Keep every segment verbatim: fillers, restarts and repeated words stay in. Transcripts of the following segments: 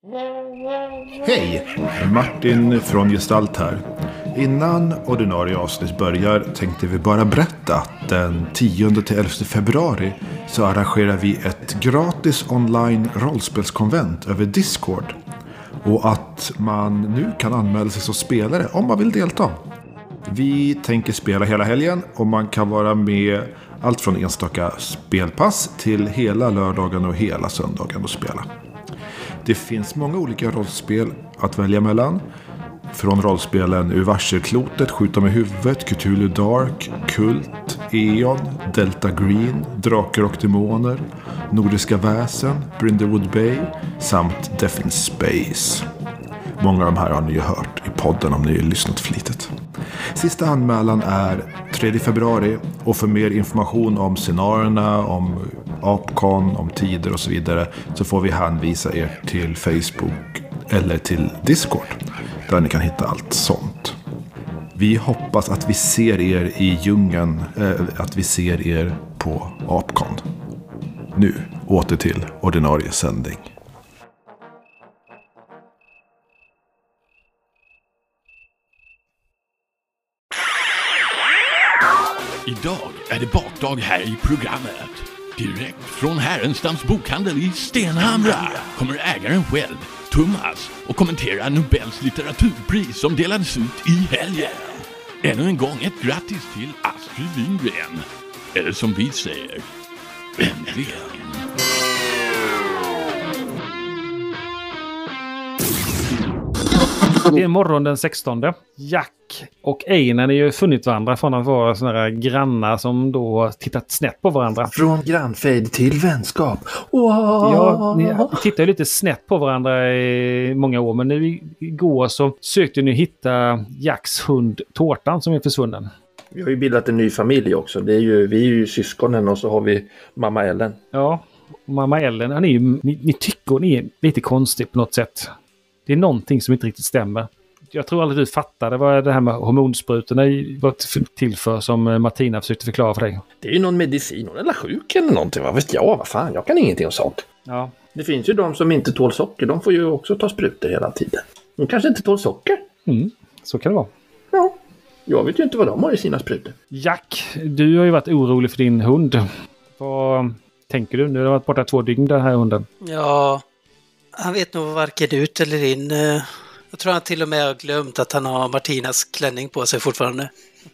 Hej! Martin från Gestalt här. Innan ordinarie avsnitt börjar tänkte vi bara berätta att den tionde till elfte februari så arrangerar vi ett gratis online rollspelskonvent över Discord. Och att man nu kan anmäla sig som spelare om man vill delta. Vi tänker spela hela helgen och man kan vara med allt från enstaka spelpass till hela lördagen och hela söndagen och spela. Det finns många olika rollspel att välja mellan. Från rollspelen Ur varselklotet, Skjuta med huvudet, Cthulhu Dark, Kult, Eon, Delta Green, Drakar och Demoner, Nordiska väsen, Brindlewood Bay samt Death in Space. Många av de här har ni ju hört i podden om ni har lyssnat flitigt. Sista anmälan är tredje februari och för mer information om scenarierna, om Apcon, om tider och så vidare så får vi hänvisa er till Facebook eller till Discord där ni kan hitta allt sånt. Vi hoppas att vi ser er i djungeln, äh, att vi ser er på Apcon. Nu åter till ordinarie sändning. Idag är det bakdag här i programmet. Direkt från Härenstamms bokhandel i Stenhamra kommer ägaren själv, Thomas, och kommentera Nobels litteraturpris som delades ut i helgen. Ännu en gång ett grattis till Astrid Lindgren. Eller som vi säger, äntligen. Det är morgon den sextonde. Jack och Einar har ju funnit varandra från att vara såna här grannar som då tittat snett på varandra. Från grannfejd till vänskap. Wow. Ja, ni tittar ju lite snett på varandra i många år. Men nu igår så sökte ni hitta Jacks hund Tårtan som är försvunnen. Vi har ju bildat en ny familj också. Det är ju, vi är ju syskonen och så har vi mamma Ellen. Ja, mamma Ellen, han är ju, ni, ni tycker hon är lite konstig på något sätt. Det är någonting som inte riktigt stämmer. Jag tror aldrig du fattade vad det här med hormonsprutorna var till för som Martina försökte förklara för dig. Det är ju någon medicin, hon är sjuk eller någonting. Vad vet jag, vad fan, jag kan ingenting om sånt. Ja. Det finns ju de som inte tål socker, de får ju också ta sprutor hela tiden. De kanske inte tål socker. Mm, så kan det vara. Ja, jag vet ju inte vad de har i sina sprutor. Jack, du har ju varit orolig för din hund. Vad tänker du? Nu har du varit borta två dygn den här hunden. Ja, han vet nog varken ut eller in. Jag tror han till och med har glömt att han har Martinas klänning på sig fortfarande.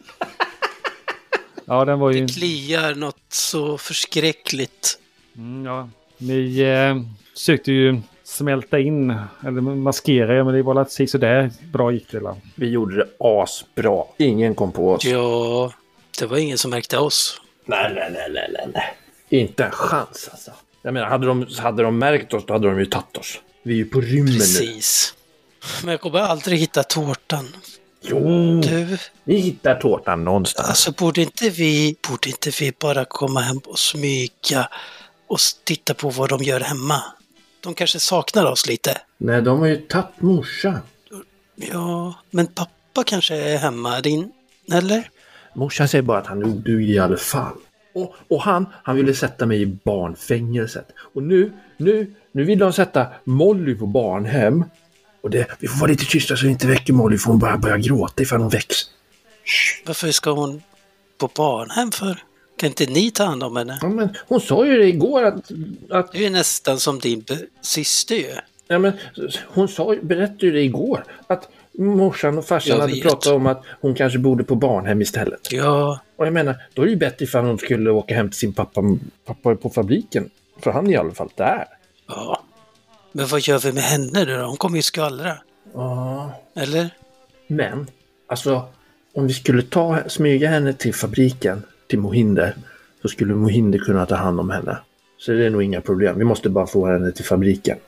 Ja, den var ju... Det kliar något så förskräckligt. Mm, ja. Ni eh, sökte ju smälta in, eller maskera, men det var att se så där bra gick det. Eller? Vi gjorde det asbra. Ingen kom på oss. Ja, det var ingen som märkte oss. Nej, nej, nej, nej, nej, nej. Inte en chans alltså. Jag menar, hade de, hade de märkt oss, då hade de ju tagit oss. Vi är ju på rymmen nu. Precis. Men jag kommer aldrig hitta tårtan. Jo, du, vi hittar tårtan någonstans. Alltså, borde inte vi, borde inte vi bara komma hem och smyga och titta på vad de gör hemma? De kanske saknar oss lite. Nej, de har ju tagit morsan. Ja, men pappa kanske är hemma, din, eller? Morsan säger bara att han är oduglig i alla fall. Och, och han, han ville sätta mig i barnfängelset. Och nu, nu, nu vill de sätta Molly på barnhem. Och det, vi får vara lite tysta så vi inte väcker Molly, för hon bara börjar gråta ifall hon väcks. Varför ska hon på barnhem för? Kan inte ni ta hand om henne? Ja, men hon sa ju det igår att... att... Det är ju nästan som din be- syster ju. Ja, men hon sa, berättade ju det igår. Att morsan och farsan hade pratat om att hon kanske borde på barnhem istället. Ja. Och jag menar, då är det ju bättre ifall hon skulle åka hem till sin pappa, pappa på fabriken. För han är i alla fall där. Ja. Men vad gör vi med henne då? Hon kommer ju skvallra. Ja. Eller? Men, alltså, om vi skulle ta, smyga henne till fabriken, till Mohinder, så skulle Mohinder kunna ta hand om henne. Så det är nog inga problem. Vi måste bara få henne till fabriken.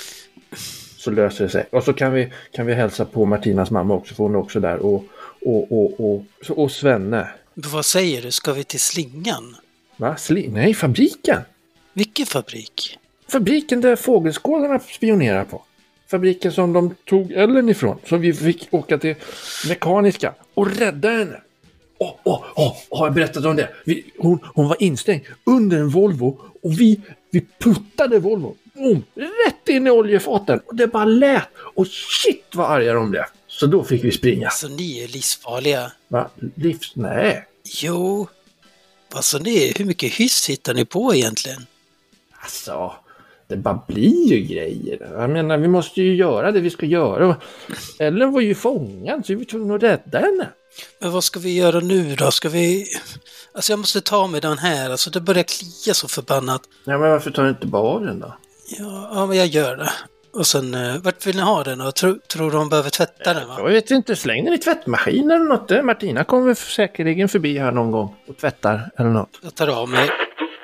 Så löser det sig. Och så kan vi, kan vi hälsa på Martinas mamma också, för hon är också där. Och, och, och, och, och, och Svenne. Men vad säger du? Ska vi till Slingan? Va? Sli- Nej, fabriken. Vilken fabrik? Fabriken där fågelskådarna spionerar på. Fabriken som de tog Ellen ifrån. Som vi fick åka till Mekaniska och rädda henne. Åh, åh, åh, har jag berättat om det? Vi, hon, hon var instängd under en Volvo och vi, vi puttade Volvo. boom, rätt in i oljefaten. Och det bara lät. Och shit vad arga de blev. Så då fick vi springa. Alltså ni är livsfarliga. Va? Livs? Nej. Jo. Alltså ni, hur mycket hyss hittar ni på egentligen? Alltså, det bara blir ju grejer. Jag menar, vi måste ju göra det vi ska göra. Ellen var ju fångad så vi var tvungna att rädda henne. Men vad ska vi göra nu då? Ska vi... Alltså jag måste ta med den här. Alltså det börjar klia så förbannat. Ja, men varför tar du inte bara av den då? Ja, ja men jag gör det. Och sen, uh, vart vill ni ha den då? Tror, tror de behöver tvätta den va? Jag vet inte, släng den i tvättmaskinen eller något. Martina kommer säkerligen förbi här någon gång och tvättar eller något. Jag tar av mig.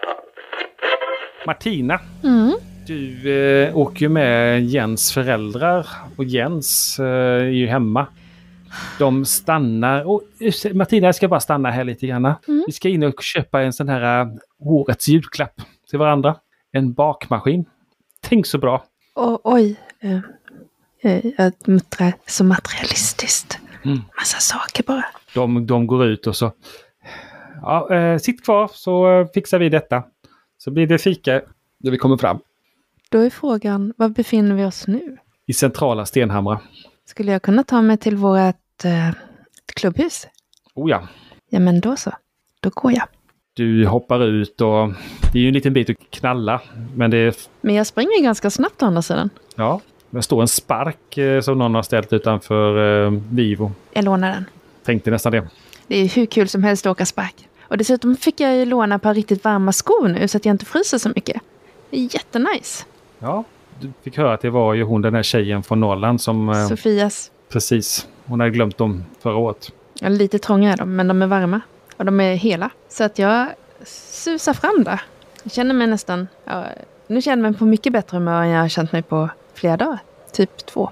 Martina, Mm. du eh, åker ju med Jens föräldrar och Jens eh, är ju hemma. De stannar och Martina, jag ska bara stanna här lite grann. Mm. Vi ska in och köpa en sån här uh, årets julklapp till varandra. En bakmaskin. Tänk så bra. Och, oj, eh, eh, jag muttrar så materialistiskt. Mm. Massa saker bara. De, de går ut och så ja, eh, sitt kvar så eh, fixar vi detta. Så blir det fika när vi kommer fram. Då är frågan, var befinner vi oss nu? I centrala Stenhamra. Skulle jag kunna ta mig till vårt eh, klubbhus? Oh ja. Ja men då så, då går jag. Du hoppar ut och det är ju en liten bit att knalla. Men det är, Men jag springer ganska snabbt å andra sidan. ja, det står en spark eh, som någon har ställt utanför eh, Vivo. Jag lånar den. Tänkte nästan det. Det är hur kul som helst att åka spark. Och dessutom fick jag ju låna ett par riktigt varma skor nu så att jag inte fryser så mycket. Det är jättenice. Ja, du fick höra att det var ju hon, den här tjejen från Norrland som... Eh, Sofias. precis, hon hade glömt dem förra året. Ja, lite trånga är de, men de är varma. Och de är hela. Så att jag susar fram där. Jag känner mig nästan... Ja, nu känner jag mig på mycket bättre humör än jag har känt mig på flera dagar. Typ två.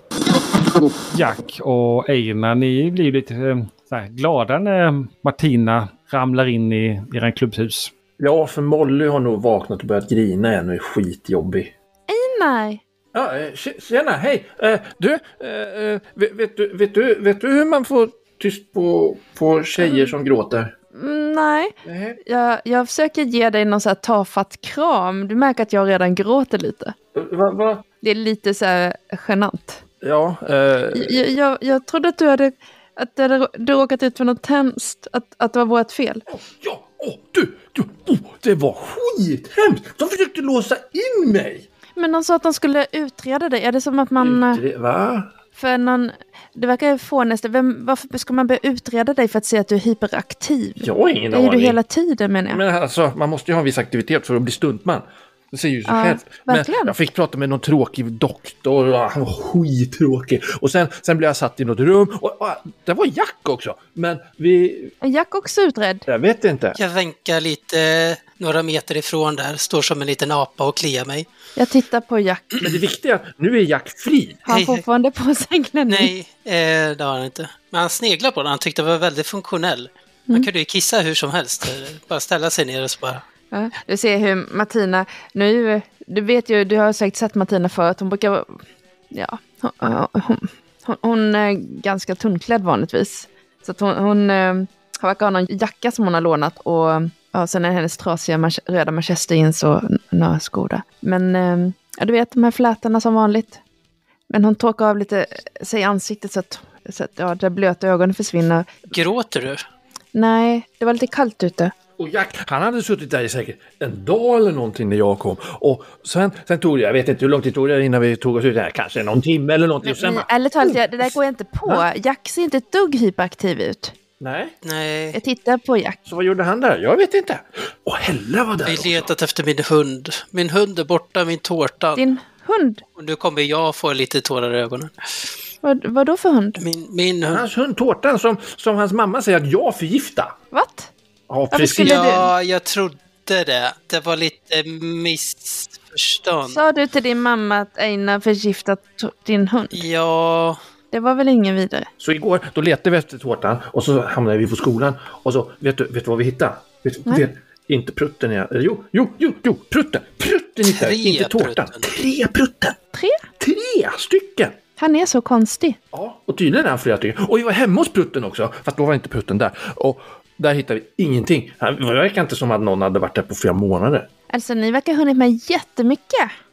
Jack och Einar, ni blir lite eh, så här, glada när Martina ramlar in i eran klubbhus. Ja, för Molly har nog vaknat och börjat grina än och är skitjobbig. Nej. Ja, eh, tjena, hej. Eh, du, eh, vet, vet du, vet du, vet du hur man får tyst på, på tjejer som gråter? Mm, nej. Nej. Jag, jag försöker ge dig någon så här tafatt kram. Du märker att jag redan gråter lite. Va, va? Det är lite så här genant. Ja, eh, Jag, jag, jag trodde att du hade, att du hade du råkat ut för något hemskt. Att, att det var vårt fel. ja, åh, du, du, oh, det var skithemskt. De försökte låsa in mig. Men de sa att de skulle utreda dig. Är det som att man... Utre- va? För någon... Det verkar fånigt. Vem, varför ska man börja utreda dig för att se att du är hyperaktiv? Jag har ingen Det är ju aning. du hela tiden, menar jag. Men alltså, man måste ju ha en viss aktivitet för att bli stuntman. Det säger ju så Ja, själv. Men verkligen. jag fick prata med någon tråkig doktor och han var skittråkig. Och sen, sen blev jag satt i något rum och, och det var Jack också. Men vi... Är Jack också utredd? Jag vet inte. Jag vänkar lite några meter ifrån där. Står som en liten apa och kliar mig. Jag tittar på Jack. Men det viktiga är att nu är Jack fri. Har han Hej, hej. fortfarande på sig en klänning? Nej, eh, det har han inte. Men han sneglar på den. Han tyckte det var väldigt funktionell. Man kunde ju kissa hur som helst. Bara ställa sig ner och så bara... Ja, du ser hur Martina, nu, du vet ju, du har säkert sett Martina förut, hon brukar vara, ja, hon, hon, hon, hon är ganska tunnklädd vanligtvis. Så att hon, hon äh, verkar ha någon jacka som hon har lånat och ja, sen är hennes trasiga mach- röda manchester jeans och några skor där. Men äh, ja, du vet de här flätorna som vanligt. Men hon torkar av lite sig i ansiktet så att, så att ja, det blöta ögonen försvinner. Gråter du? Nej, det var lite kallt ute. Och Jack, han hade suttit där i säkert en dag eller någonting när jag kom. Och sen, sen tog det, jag vet inte hur lång tid tog det innan vi tog oss ut här. Kanske någon timme eller någonting. Och sen Men, bara, ärligt talat, jag- det där går jag inte på. Jack ser inte ett dugg hyperaktiv ut. nej, Nej. Jag tittar på Jack. så vad gjorde han där? Jag vet inte. Och Helle var där Jag har också. letat efter min hund. Min hund är borta, min tårta. Din hund? Och nu kommer jag få lite tårar i ögonen. Vad, vad då för hund? Min, min hund. Hans hund Tårtan som, som hans mamma säger att jag förgifta. What? Ja, Varför precis. skulle du- Ja, jag trodde det. Det var lite missförstånd. Sa du till din mamma att Einar förgiftat t- din hund? Ja, Det var väl ingen vidare? Så igår, då letade vi efter tårtan och så hamnade vi på skolan. Och så, vet du, vet du vad vi hittade? Vet, Nej. vet, inte prutten, är, eller jo, jo, jo, jo, prutten. Prutten hittade Tre vi, inte tårtan. prutten. Tre prutten. Tre? Tre stycken. Han är så konstig. Ja, och tydligen är han flera stycken. Och vi var hemma hos prutten också, fast då var inte prutten där. Och där hittade vi ingenting. Det verkar inte som att någon hade varit där på flera månader. Alltså ni verkar ha hunnit med jättemycket.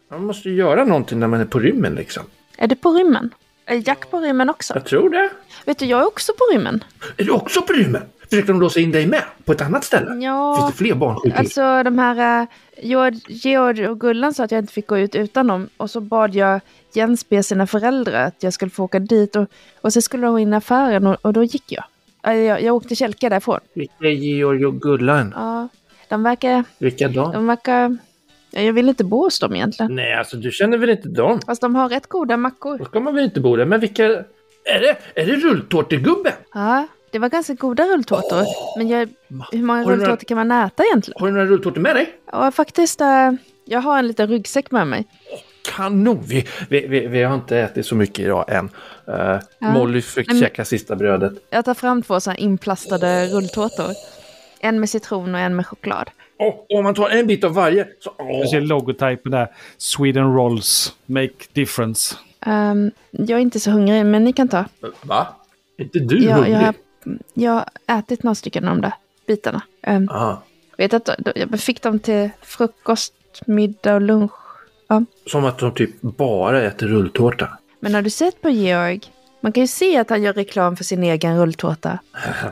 Man måste ju göra någonting när man är på rymmen liksom. Är du på rymmen? Är Jack på rymmen också? Jag tror det. Vet du, jag är också på rymmen. Är du också på rymmen? Försökte de låsa in dig med på ett annat ställe? Ja. Finns det fler barnsjukhus? Alltså de här... Uh, Georg, Georg och Gullan sa att jag inte fick gå ut utan dem. Och så bad jag Jens be sina föräldrar att jag skulle få åka dit. Och, och så skulle de in i affären och, och då gick jag. Jag, jag åkte kälka därifrån. Vilka är Georg och Gullan? Ja, de verkar... Vilka då? De verkar... Jag vill inte bo hos dem egentligen. Nej, alltså du känner väl inte dem? Fast de har rätt goda mackor. Då ska man väl inte bo där. Men vilka... Är det, är det rulltårtegubben? Ja, det var ganska goda rulltårtor. Men jag, hur många Har du några- rulltårtor kan man äta egentligen? Har du några rulltårtor med dig? Ja, faktiskt. Äh, jag har en liten ryggsäck med mig. Kanon! Vi, vi, vi, vi har inte ätit så mycket idag än. Uh, Ja. Molly fick Men- käka sista brödet. Jag tar fram två så här inplastade rulltårtor. En med citron och en med choklad. Och om man tar en bit av varje så... åh. Jag ser logotypen där. Sweden Rolls. Make difference. Um, jag är inte så hungrig, men ni kan ta. Va? Är inte du Jag, hungrig? jag, har, jag har ätit några stycken av de där bitarna. Um, Aha. vet att jag fick dem till frukost, middag och lunch. Ja. Som att de typ bara äter rulltårta. Men har du sett på Georg? Man kan ju se att han gör reklam för sin egen rulltårta.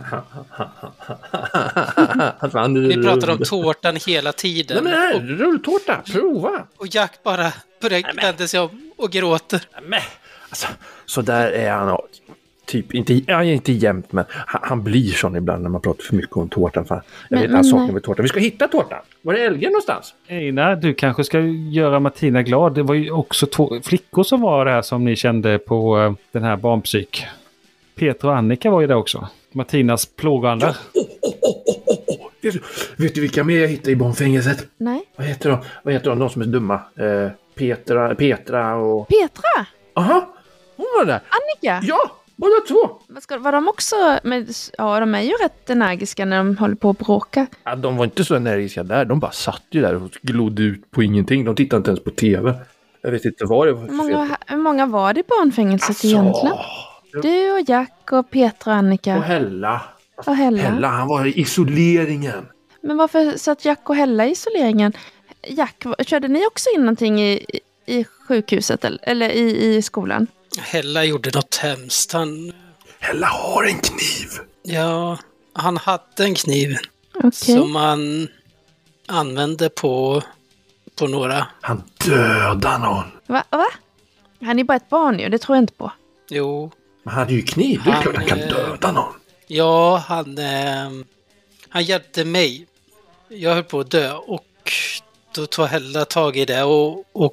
Vi pratar om tårtan hela tiden. Nej men här, och, rulltårta, prova! och Jack bara börjar vända sig om och gråter. Men, alltså, så där är han typ, inte, ja, inte jämt, men han, han blir sån ibland när man pratar för mycket om tårtan. Fan. Jag Men- vet han men- saknar med tårtan. Vi ska hitta tårtan. Var är Elgen någonstans? Einar, du kanske ska göra Martina glad. Det var ju också två flickor som var där som ni kände på uh, den här barnpsyk. Petra och Annika var ju där också. Martinas plågoandar. Oh, oh, oh, oh, oh, oh. Vet, du, vet du vilka mer jag hittade i barnfängelset? Nej. Vad heter de? Vad heter de? De som är dumma. Eh, Petra, Petra och... Petra! Aha, hon var där. Annika! Ja, båda två. Vad ska, var de också... Men, ja, de är ju rätt energiska när de håller på att bråka. Ja, de var inte så energiska där. De bara satt ju där och glodde ut på ingenting. De tittade inte ens på tv. Jag vet inte vad det var för Hur många, hur många var det i barnfängelset Alltså, egentligen? Du och Jack och Petra och Annika Och Hella. och Hella. Hella, han var i isoleringen. Men varför satt Jack och Hella i isoleringen? Jack, körde ni också in någonting i, i, i sjukhuset eller, eller i, i skolan? Hella gjorde något hemskt. Han, Hella har en kniv. ja, han hade en kniv Okej. som han använde på, på några. Han dödade någon. Va? Va? Han är bara ett barn ju, det tror jag inte på. Jo, Men han hade ju kniv. Det är Han, klart han kan eh, döda någon. ja, han, eh, han hjälpte mig. Jag höll på att dö och då tog Hella tag i det och, och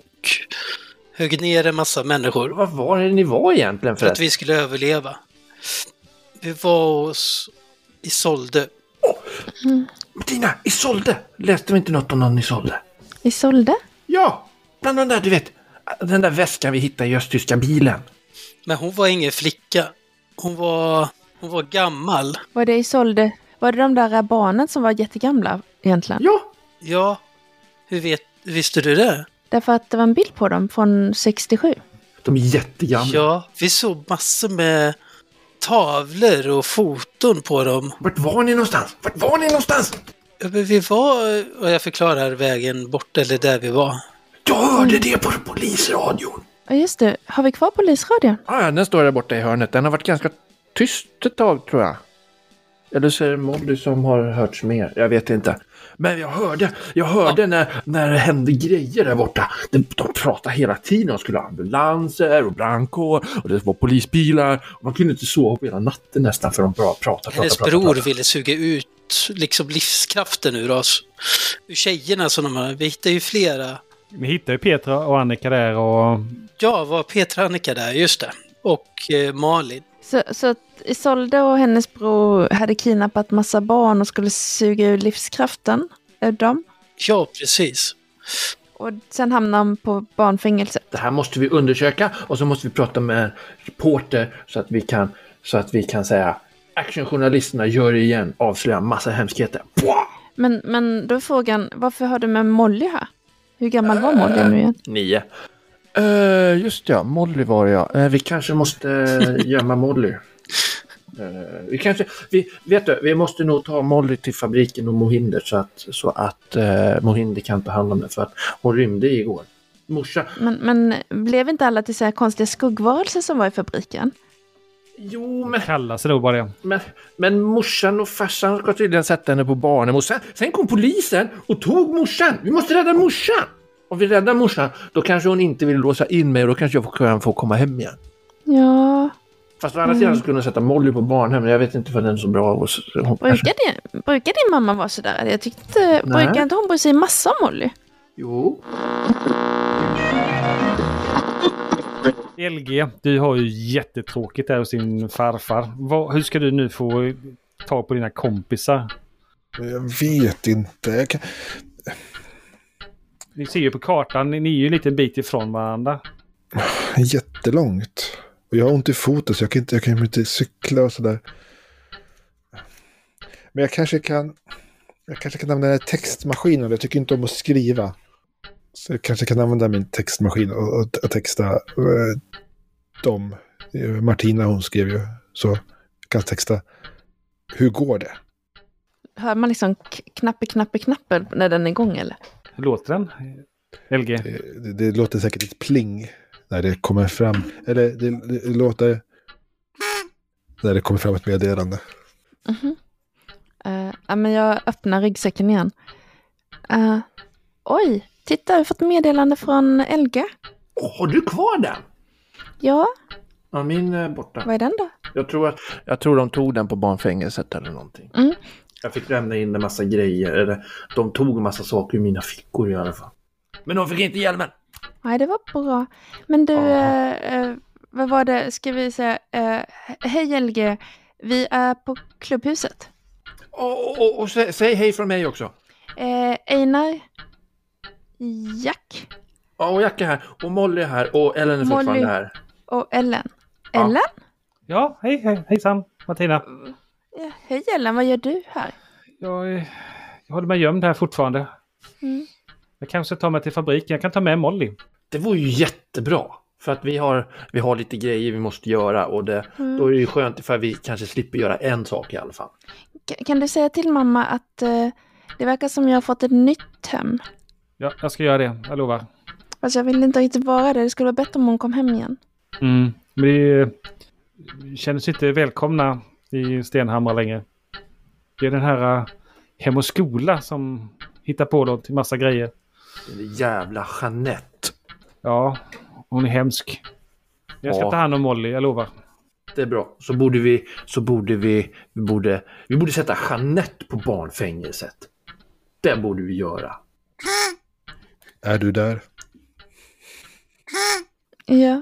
högg ner en massa människor Vad var det ni var egentligen för att förresten? vi skulle överleva. Vi var hos Isolde. Martina, Isolde! Läste vi inte något om någon Isolde? Isolde? Ja, bland de där, du vet. Den där väskan vi hittade i östtyska bilen. Men hon var ingen flicka. Hon var, hon var gammal. Var det Isolde? Var det de där barnen som var jättegamla egentligen? Ja, Ja, hur vet, visste du det? Därför att det var en bild på dem från sextiosju. de är jättegamla. Ja, vi såg massor med tavlor och foton på dem. Vart var ni någonstans? Vart var ni någonstans? Ja, men vi var, och jag förklarar vägen bort eller där vi var. Jag hörde det på polisradion. Ja just det, har vi kvar polisradion? Ah, ja, den står där borta i hörnet. Den har varit ganska tyst ett tag, tror jag. Eller så är det Molly som har hörts mer. Jag vet inte. Men jag hörde, jag hörde ja. när, när det hände grejer där borta. De, de pratade hela tiden. De skulle ha ambulanser och brandkår. Och det var polisbilar. Och man kunde inte sova på hela natten nästan för de bara pratade. Hennes pratade, bror pratade. ville suga ut liksom livskraften ur oss. Ur tjejerna som de har. Vi hittade ju flera. Vi hittade ju Petra och Annika där och... Ja, var Petra och Annika där, just det. Och eh, Malin. Så, så att Isolde och hennes bror hade kidnappat massa barn och skulle suga ur livskraften ur dem. Ja, precis. Och sen hamnade de på barnfängelse. Det här måste vi undersöka. Och så måste vi prata med en reporter. Så att vi kan, så att vi kan säga actionjournalisterna gör det igen. Avslöjar massa hemskheter. Men, men då är frågan, varför har du med Molly här? Hur gammal var Molly nu igen? Nio. Uh, just ja, Molly var jag. Uh, vi kanske måste uh, gömma Molly. Uh, vi kanske, vi, vet du, vi måste nog ta Molly till fabriken och Mohinder så att, så att uh, Mohinder kan ta hand om det för att hon rymde igår. morsa. Men, men blev inte alla till så här konstiga skuggvarelser som var i fabriken? Jo, men, Kallas det då bara det. men, men morsan och farsan ska tydligen sätta henne på barnen. Och sen, sen kom polisen och tog morsan. Vi måste rädda morsan. Om vi räddar morsan, då kanske hon inte vill låsa in mig och då kanske jag får, får komma hem igen. Ja. Fast å andra sidan så skulle hon sätta Molly på barnhem. Jag vet inte för den är så bra. Och så, hon, Brukar din, brukar din mamma vara sådär? Jag tyckte inte, brukar inte hon bry sig massa om Molly? Jo. L G, du har ju jättetråkigt där hos din farfar. Vad, hur ska du nu få ta på dina kompisar? Jag vet inte. Jag kan... Ni ser ju på kartan, ni är ju en liten bit ifrån varandra. Jättelångt. Och jag har ont i foten så jag kan inte, jag kan inte cykla och sådär. Men jag kanske kan jag kanske kan använda textmaskinen. Jag tycker inte om att skriva. Så jag kanske kan använda min textmaskin och, och, och texta äh, dem. Martina, hon skrev ju. Så jag kan texta. Hur går det? Hör man liksom knappe, knappe, knappe när den är igång eller? Hur låter den? L G? Det, det, det låter säkert ett pling när det kommer fram. Eller det, det, det låter när det kommer fram ett meddelande. Mhm. Uh, ja, men jag öppnar ryggsäcken igen. Uh, oj, titta, jag har fått meddelande från L G. Oh, har du kvar den? Ja, Ja, min är borta. vad är den då? Jag tror, att, jag tror de tog den på barnfängelset eller någonting. Mm. Jag fick lämna in en massa grejer. Eller, de tog en massa saker ur mina fickor i alla fall. Men de fick inte hjälmen. Nej, det var bra. Men du, uh, uh, vad var det? Ska vi säga? Uh, hej L G, vi är på klubbhuset. Och, och, och sä, säg hej från mig också. Uh, Einar, Jack Ja, och Jack är här. Och Molly är här. Och Ellen är fortfarande Molly. här. och Ellen. Ja. Ellen? Ja, hej, hej, hejsan, Martina. Ja, hej Ellen, vad gör du här? Jag, eh, jag håller mig gömd här fortfarande. Mm. Jag kanske tar mig till fabriken. Jag kan ta med Molly. Det var ju jättebra. För att vi har, vi har lite grejer vi måste göra. Och det, Mm. då är det ju skönt för att vi kanske slipper göra en sak i alla fall. K- kan du säga till mamma att uh, det verkar som jag har fått ett nytt hem? Ja, jag ska göra det. Jag lovar. Fast jag vill inte riktigt vara det. Det skulle vara bättre om hon kom hem igen. Mm. Men det känns inte välkomna i Stenhamra längre. Det är den här uh, Hem och skola som hittar på då till massa grejer. Den jävla Jeanette. Ja, hon är hemsk. Jag ska Ja. ta hand om Molly, jag lovar. Det är bra. Så borde vi, så borde vi, vi borde, vi borde sätta Jeanette på barnfängelset. Det borde vi göra. Är du där? Ja.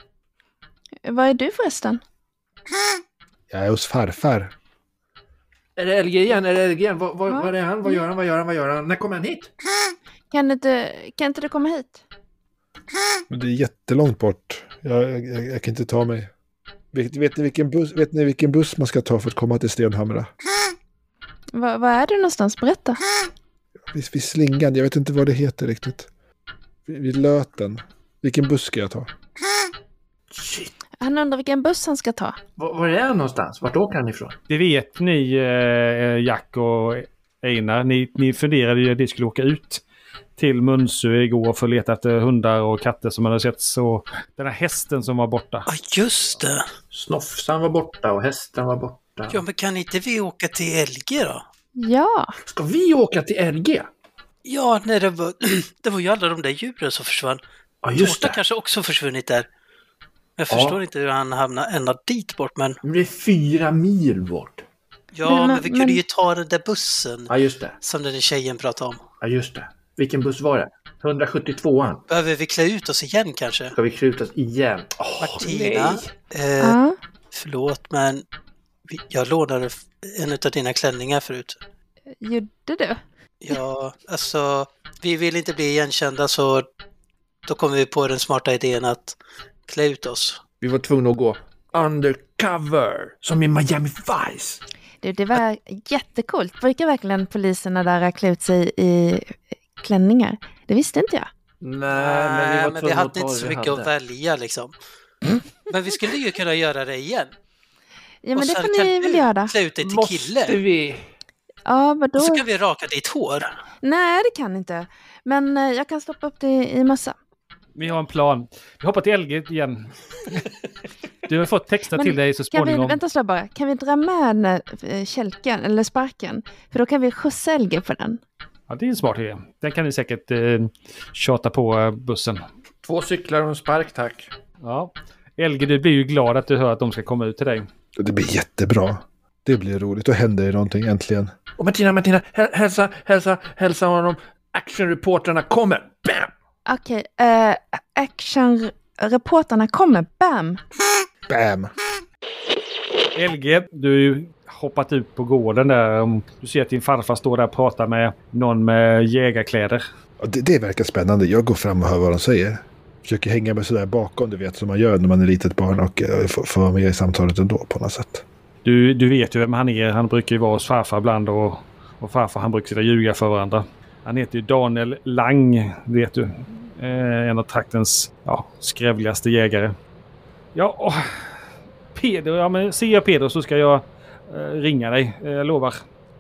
Vad är du förresten? Jag är hos farfar. Är det L G igen? Är det L G igen? Vad, vad, Ja. vad är han? Vad gör han? Vad gör han? Vad gör han? När kommer han hit? Kan inte, kan inte du komma hit? Men det är jättelångt bort. Jag, jag, jag, jag kan inte ta mig. Vet, vet, ni vilken buss, vet ni vilken buss man ska ta för att komma till Stenhamra? Va, vad är du någonstans? Berätta. Vid, vid Slingan. Jag vet inte vad det heter riktigt. Vid, vid Löten. Vilken buss ska jag ta? Shit. Han undrar vilken buss han ska ta. Var, var är han någonstans? Vart åker han ifrån? Det vet ni, eh, Jack och Einar. Ni, ni funderade ju att ni skulle åka ut till Munsö igår för att leta efter hundar och katter som hade sett. Så den här hästen som var borta. Ja, just det. Snofsan var borta och hästen var borta. Ja, men kan inte vi åka till L G då? Ja. Ska vi åka till L G? Ja, nej, det var, det var ju alla de där djuren som försvann. Ja, just Tårta det. kanske också försvunnit där. Jag Ja. förstår inte hur han hamnade ända dit bort, men Det är fyra mil bort. ja, Men- men, vi men- kunde ju ta den där bussen Ja, just det. som den där tjejen pratade om. Ja, just det. Vilken buss var det? etthundrasjuttiotvåan. Behöver vi klä ut oss igen kanske? Ska vi klutas igen? Åh, Martina, nej. eh, Ja. förlåt, men vi- jag lånade f- en av dina klänningar förut. Gjorde du? Ja, alltså, vi vill inte bli igenkända, så då kommer vi på den smarta idén att klä ut oss. Vi var tvungna att gå undercover. Som i Miami Vice. Du, det var jättekult. Brukar verkligen poliserna där klä ut sig i klänningar? Det visste inte jag. Nej, Nej, men vi var men vi tvungna hade att ta inte det så vi mycket att hade. välja liksom. Men vi skulle ju kunna göra det igen. Ja, men Och det sen får kan ni du väl göra. klä ut dig till Måste kille. vi? Ja, vadå? Och så kan vi raka ditt hår. Nej, det kan inte. Men eh, jag kan stoppa upp det i mössa. Vi har en plan. Vi hoppar till Elge igen. Du har fått texta Men till dig så Kan vi, småningom. vänta så bara. Kan vi dra med den här eh, kälken eller sparken? För då kan vi skjutsa Elge på den. Ja, det är en smart idé. Den kan ni säkert eh, tjata på eh, bussen. Två cyklar och en spark, tack. Ja. Elge, du blir ju glad att du hör att de ska komma ut till dig. Det blir jättebra. Det blir roligt. Då händer det någonting äntligen. Och Martina, Martina, häl- hälsa, hälsa, hälsa honom. Actionreportrarna kommer. Bam! Okej, eh, actionreporterna kommer. Bam! Bam! Elge, du har ju hoppat ut på gården där. Du ser att din farfar står där och pratar med någon med jägarkläder. Ja, det, det verkar spännande. Jag går fram och hör vad de säger. Försöker hänga mig sådär bakom, du vet, som man gör när man är litet barn och uh, får, får vara med i samtalet ändå på något sätt. Du, Du vet ju vem han är. Han brukar ju vara hos farfar ibland och, och farfar han brukar sitta och ljuga för varandra. Han heter ju Daniel Lang, vet du. Eh, en av traktens ja, skrävligaste jägare. Ja, åh. Pedro, ja men ser jag Pedro så ska jag eh, ringa dig, eh, jag lovar.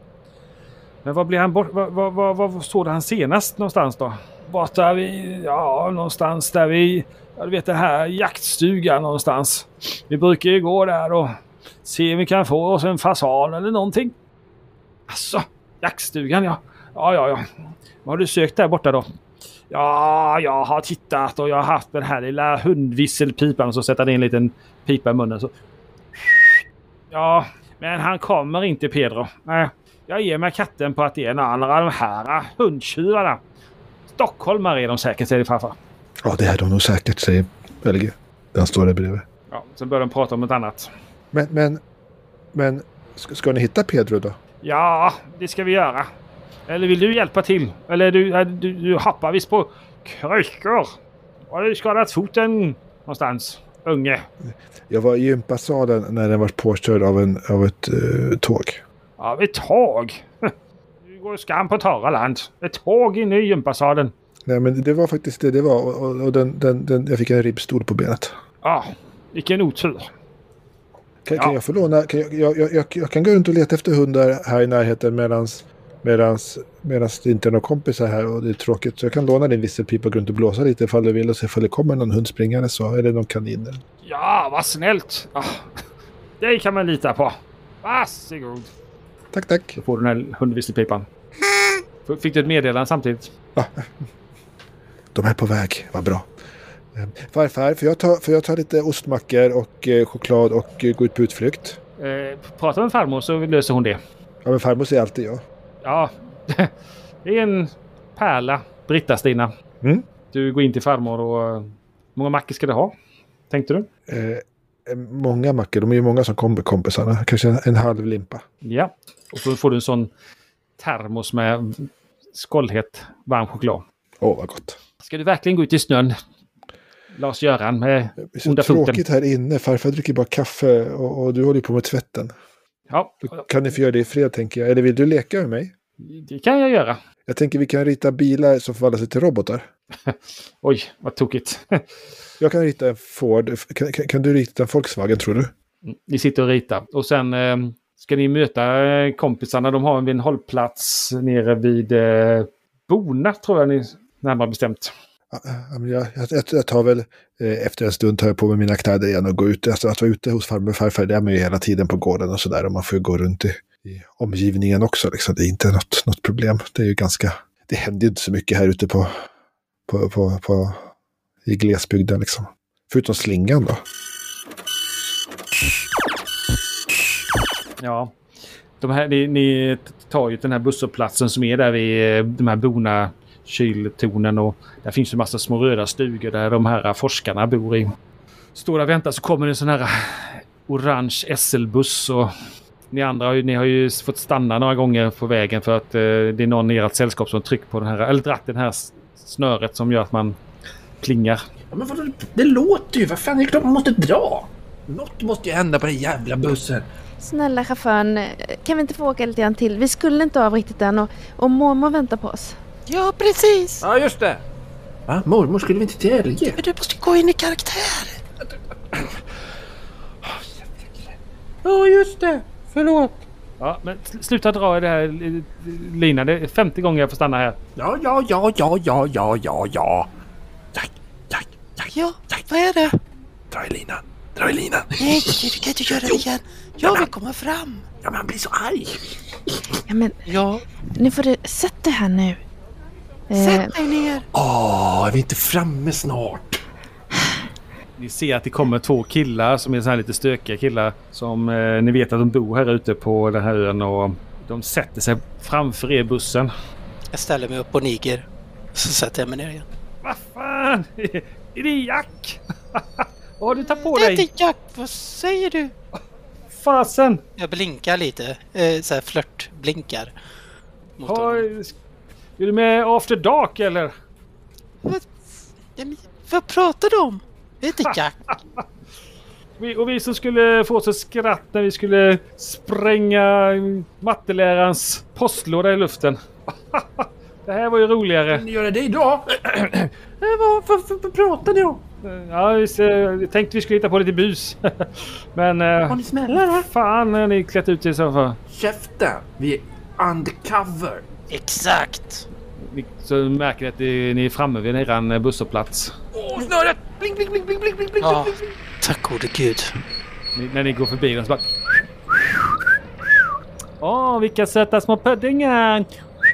Men vad blir han bort? Vad, vad, vad, vad såg han senast någonstans då? Vart där vi, ja någonstans där vi, ja, du vet den här jaktstugan någonstans. Vi brukar ju gå där och se om vi kan få oss en fasan eller någonting. Alltså, jaktstugan ja. Ja, ja, ja. Vad har du sökt där borta då? Ja, jag har tittat och jag har haft den här lilla hundvisselpipan och så sätter in en liten pipa i munnen så. Ja, men han kommer inte Pedro. Nej, jag ger mig katten på att det är en annan av de här hundtjuvarna. Stockholmare är de säkert, säger farfar. Ja, det är de nog säkert, säger Elge. Den står där bredvid. Ja, sen börjar de prata om något annat. Men, men, men ska, ska ni hitta Pedro då? Ja, det ska vi göra. Eller vill du hjälpa till? Eller du, du, du hoppar visst på kryckor. Och du skadat foten någonstans, unge. Jag var i gympasalen när den var påkörd av, en, av ett uh, tåg. Ja, ett tåg. Du går skam på torra land. Ett tåg inne i gympasalen. Nej, men det var faktiskt det det var. Och, och den, den, den, jag fick en ribbstol på benet. Ja, vilken otur. Kan, Ja. kan jag få låna? Kan jag, jag, jag, jag kan gå runt och leta efter hundar här i närheten medans, medans, medans det inte är någon kompisar här och det är tråkigt. Så jag kan låna din visselpipa och gå runt och blåsa lite ifall du vill och se ifall det kommer någon hund springande så. Eller någon kanin. Ja, vad snällt. Ja, det kan man lita på. Varsågod. Tack, tack. Då får du den här hundvisselpipan. Fick du ett meddelande samtidigt? Ah, de är på väg. Vad bra. Eh, Farfar, för jag tar, för jag tar lite ostmackor och eh, choklad och eh, går ut på utflykt. Eh, prata med farmor så löser hon det. Ja, men farmor säger alltid ja. Ja, det är en pärla. Britta-Stina. Mm. Du går in till farmor och... Hur många mackor ska du ha? Tänkte du? Eh, många mackor. De är ju många som kommer kompisarna. Kanske en, en halv limpa. Ja. Och så får du en sån termos med skållhet varm choklad. Åh, oh, vad gott. Ska du verkligen gå ut i snön? Lars-Göran med Det är så onda tråkigt foten. här inne. Farfar dricker bara kaffe och, och du håller på med tvätten. Ja, Kan ni få göra det i fred, tänker jag. Eller vill du leka med mig? det kan jag göra. Jag tänker vi kan rita bilar som förvandlar sig till robotar. Oj, vad tokigt. Jag kan rita en Ford. Kan, kan, kan du rita en Volkswagen, tror du? Ni sitter och ritar. Och sen eh, ska ni möta eh, kompisarna. De har en, en hållplats nere vid eh, Bona, tror jag ni närmare bestämt. Ja, men jag, jag, jag tar väl eh, efter en stund tar jag på mig mina kläder igen och går ut. Alltså, att vara ute hos farmor och farfar, det är man ju hela tiden på gården och sådär. Och man får ju gå runt i, i omgivningen också. Liksom. Det är inte något, något problem. Det är ju ganska... Det händer ju inte så mycket här ute på, på, på, på i glesbygden liksom. Förutom slingan då. Ja, de här, ni, ni tar ju den här busshållplatsen som är där vid eh, de här Bona kyltornen och där finns ju massa små röda stugor där de här forskarna bor i. Står där och väntar så kommer det en sån här orange S L-buss och ni andra har ju, ni har ju fått stanna några gånger på vägen för att eh, det är någon i ert sällskap som trycker på den här, eller dratt den här snöret som gör att man plingar. Ja, men vadå? Det låter ju. Vad fan, det är klart man måste dra. Något måste ju hända på den jävla bussen. Snälla chauffören, kan vi inte få åka lite grann till? Vi skulle inte av riktigt än och, och mormor väntar på oss. Ja, precis. Ja, just det. Va? Mormor, skulle vi inte till Elge? Men du måste gå in i karaktär. Ja, just det. Förlåt. Ja, men sl- sluta dra i det här eh, linan. Det är femtio gånger jag får stanna här. Ja, ja, ja, ja, ja, ja, ja, ja. Ja, ja, Ja, vad är det? Dra i linan. Dra i linan. Nej, du kan inte göra det igen. Jag vill komma fram. Ja, men han blir så arg. Ja, men Ja, nu får du sätta dig här nu. Eh, sätt dig ner. Åh, är vi inte framme snart? Ni ser att det kommer två killar som är så här lite stökiga killar. Som eh, ni vet att de bor här ute på den här ön. Och de sätter sig framför er bussen. Jag ställer mig upp på niger. Så sätter jag mig ner igen. Vad fan? Är det Jack? Vad har du tagit på Det är dig? inte Jack, vad säger du? Fasen! Jag blinkar lite. Eh, så här flörtblinkar. Mot honom. Har, är du med After Dark eller? Vad, ja, men, vad pratar du om? Det är inte Jack. Vi, och vi som skulle få oss ett skratt när vi skulle spränga mattelärarens postlåda i luften. Det här var ju roligare. Kan ni göra det idag? vad, vad, vad, vad pratar ni om? Ja, visst, jag tänkte vi skulle hitta på lite bus. Men... Har ni smällare? Fan har ni klätt ut i så fall. Käften, vi är undercover. Exakt. Ni- Så märker ni att det- ni är framme vid er busshållplats. Åh, snöret! Bling, bling, bling, bling, bling, bling, bling, Ja, bling, bling. tack gode gud. Ni, när ni går förbi den så bara... Åh, vilka söta små puddingar!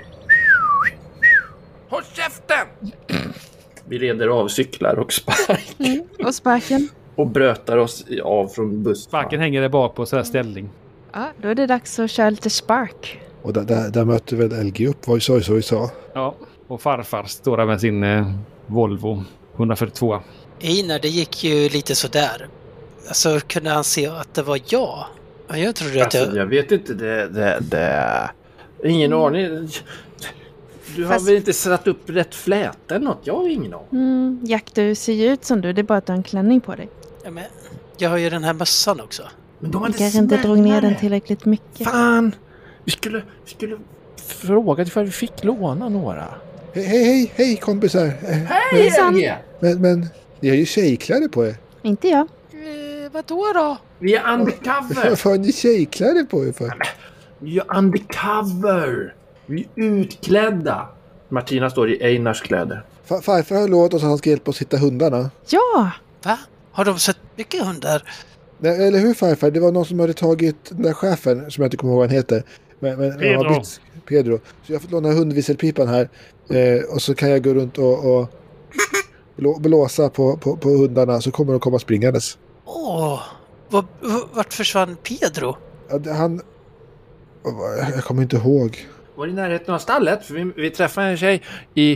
Håll käften! Vi leder av cyklar och spark. mm, och sparken. Och brötar oss i- av från bussen. Sparken hänger där bak på så här ställning. Ja, då är det dags att köra lite spark. Och där, där, där mötte väl L G upp, vad vi sa ju så vi sa. Ja, och farfar står där med sin eh, Volvo hundrafyrtiotvå. Einar, det gick ju lite sådär. Alltså, kunde han se att det var jag? Ja, jag trodde att Alltså, jag... jag vet inte, det... det, det... Ingen aning. Du har Fast- väl inte satt upp rätt fläta eller något? Jag har ingen aning. Mm, Jack, du ser ju ut som du. Det är bara att du har en klänning på dig. Ja, men, jag har ju den här mössan också. Men de Du hade kanske inte drog ner den smällare. tillräckligt mycket. Fan! Vi skulle, vi skulle fråga ifall vi fick låna några. Hej, hej, hej, hej kompisar. Eh, Hej Hejsan. L G! Men, men, ni har ju tjejkläder på er. Inte jag. Eh, vadå då? Vi är undercover! Varför har ni tjejkläder på er för? Vi är undercover! Vi är utklädda! Martina står i Einars kläder. Fa- Farfar har lovat oss att han ska hjälpa oss hitta hundarna. Ja! Va? Har de sett mycket hundar? Nej, eller hur farfar? Det var någon som hade tagit den där chefen, som jag inte kommer ihåg vad han heter. Men, men, Pedro. han har bytt- Pedro. Så jag har fått låna hundvisselpipan här. Eh, och så kan jag gå runt och, och blå, blåsa på, på, på hundarna, så kommer de komma springandes. Åh, vad- v- vart försvann Pedro? Ja, det- han... Jag kommer inte ihåg. Var i närheten av stallet, för vi, vi träffade en tjej i,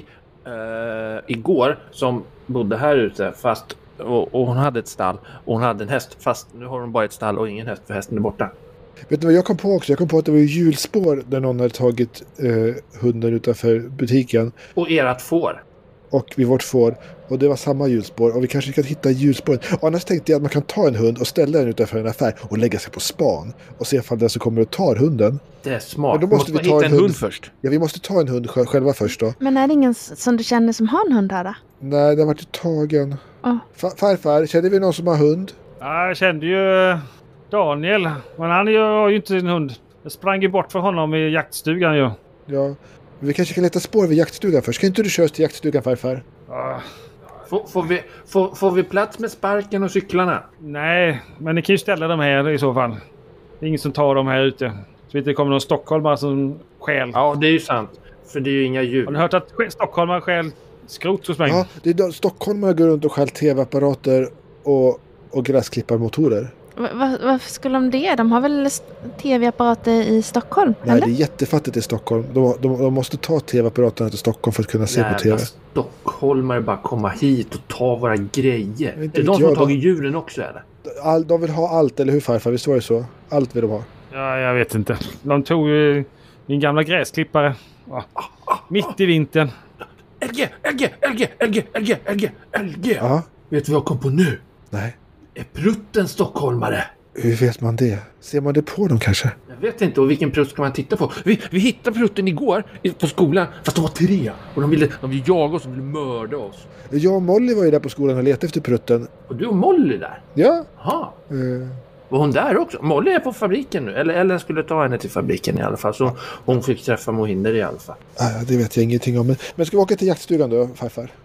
eh, igår som bodde här ute, fast och, och hon hade ett stall och hon hade en häst, fast nu har hon bara ett stall och ingen häst för hästen är borta. Vet du vad jag kom på också? Jag kom på att det var hjulspår där någon hade tagit eh, hunden utanför butiken. Och erat får. Och vid vårt får. Och det var samma hjulspår. Och vi kanske kan hitta hjulspåren. Och annars tänkte jag att man kan ta en hund och ställa den utanför en affär. Och lägga sig på span. Och se ifall den som kommer och tar hunden. Det är smart. Men då måste vi ta hitta en en hund. hund först. Ja, vi måste ta en hund sj- själva först då. Men är det ingen s- som du känner som har en hund här då? Nej, den har varit tagen. Ja. Fa- farfar, känner vi någon som har hund? Ja, jag kände ju eh, Daniel. Men han är ju- har ju inte sin hund. Jag sprang ju bort från honom i jaktstugan ju. Ja. Vi kanske kan leta spår vid jaktstugan först. Kan inte du köra oss till jaktstugan, farfar? Ah, Får, får, vi, får, får vi plats med sparken och cyklarna? nej, men ni kan ju ställa dem här i så fall. Det är ingen som tar dem här ute. Så inte det kommer någon stockholmare som stjäl. Ja, det är ju sant. För det är ju inga djur. Har ni hört att sk- stockholmare stjäl skrot hos mig? Ja, det är då stockholmare går runt och stjäl tv-apparater och, och gräsklipparmotorer. Va- va- varför skulle de det? De har väl s- tv-apparater i Stockholm? Nej, eller? det är jättefattigt i Stockholm. De, de, de måste ta tv-apparaterna till Stockholm för att kunna se Jävla på tv. stockholmare bara komma hit och ta våra grejer. Inte Är det de vet som har jag, tagit djuren också eller? All, de vill ha allt, eller hur farfar? Visst var det så? Allt vill de ha. Ja, jag vet inte. De tog ju min gamla gräsklippare. Ja. Mitt i vintern. L G, L G, L G, L G, L G, L G, L G. Ja, Vet du vad jag kom på nu? nej. Är prutten stockholmare? Hur vet man det? Ser man det på dem kanske? Jag vet inte, och vilken prutt ska man titta på? Vi, vi hittade prutten igår i- på skolan, fast de var tre. Och de ville, de ville jaga oss, de ville mörda oss. Jag och Molly var ju där på skolan och letade efter prutten. Och du och Molly där? Ja. Jaha. Eh, Var hon där också? Molly är på fabriken nu. Eller Ellen skulle ta henne till fabriken i alla fall. Så hon fick träffa Mohinder i alla fall. ah, det vet jag ingenting om. Men, men ska vi åka till jaktstugan då, farfar? Ja,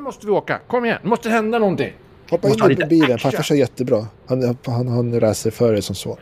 måste vi åka. Kom igen, det måste hända någonting. Hoppa in i bilen, farfar kör jättebra. Han, han, han reser före som så.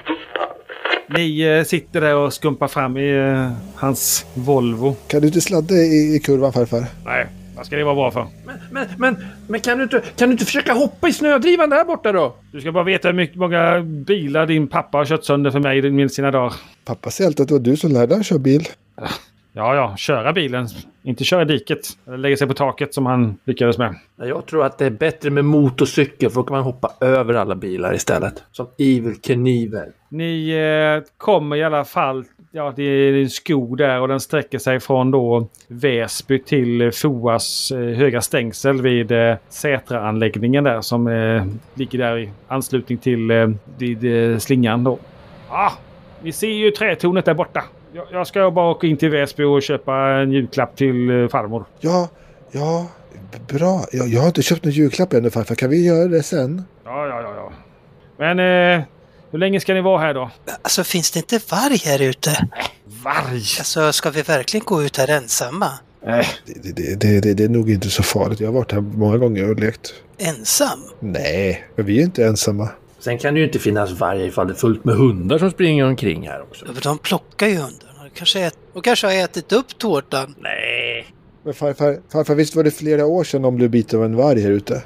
Ni eh, sitter där och skumpar fram i eh, hans Volvo. Kan du inte sladda i, i kurvan, farfar? Nej, vad ska det vara bra för? Men, men, men, men kan, du inte, kan du inte försöka hoppa i snödrivan där borta då? Du ska bara veta hur mycket, många bilar din pappa har kört sönder för mig i sina dagar. Pappa säger alltid att det var du som lärde han köra bil. Ja, ja, köra bilen. Inte köra diket. Eller lägga sig på taket som han lyckades med. Jag tror att det är bättre med motorcykel, för då kan man hoppa över alla bilar istället. Som Evil Knievel. Ni eh, kommer i alla fall... Ja, det är en skog där och den sträcker sig från då Väsby till F O A:s eh, höga stängsel vid eh, Sätra-anläggningen där som eh, ligger där i anslutning till eh, vid, eh, slingan då. Ah, vi ser ju trätornet där borta. Jag, jag ska bara åka in till Väsby och köpa en julklapp till eh, farmor. Ja, ja, bra. Jag, jag har inte köpt någon julklapp ännu, farfar. Kan vi göra det sen? Ja, ja, ja, ja. Men eh, hur länge ska ni vara här då? Alltså finns det inte varg här ute? Varg? Alltså ska vi verkligen gå ut här ensamma? Nej. Det, det, det, det, det är nog inte så farligt. Jag har varit här många gånger och lekt. Ensam? Nej, men vi är inte ensamma. Sen kan det ju inte finnas varje ifall det är fullt med hundar som springer omkring här också. Ja, de plockar ju hundarna. De kanske, ät- de kanske har ätit upp tårtan. Nej. Men farfar, farfar, visst var det flera år sedan de blev biten av en varg här ute?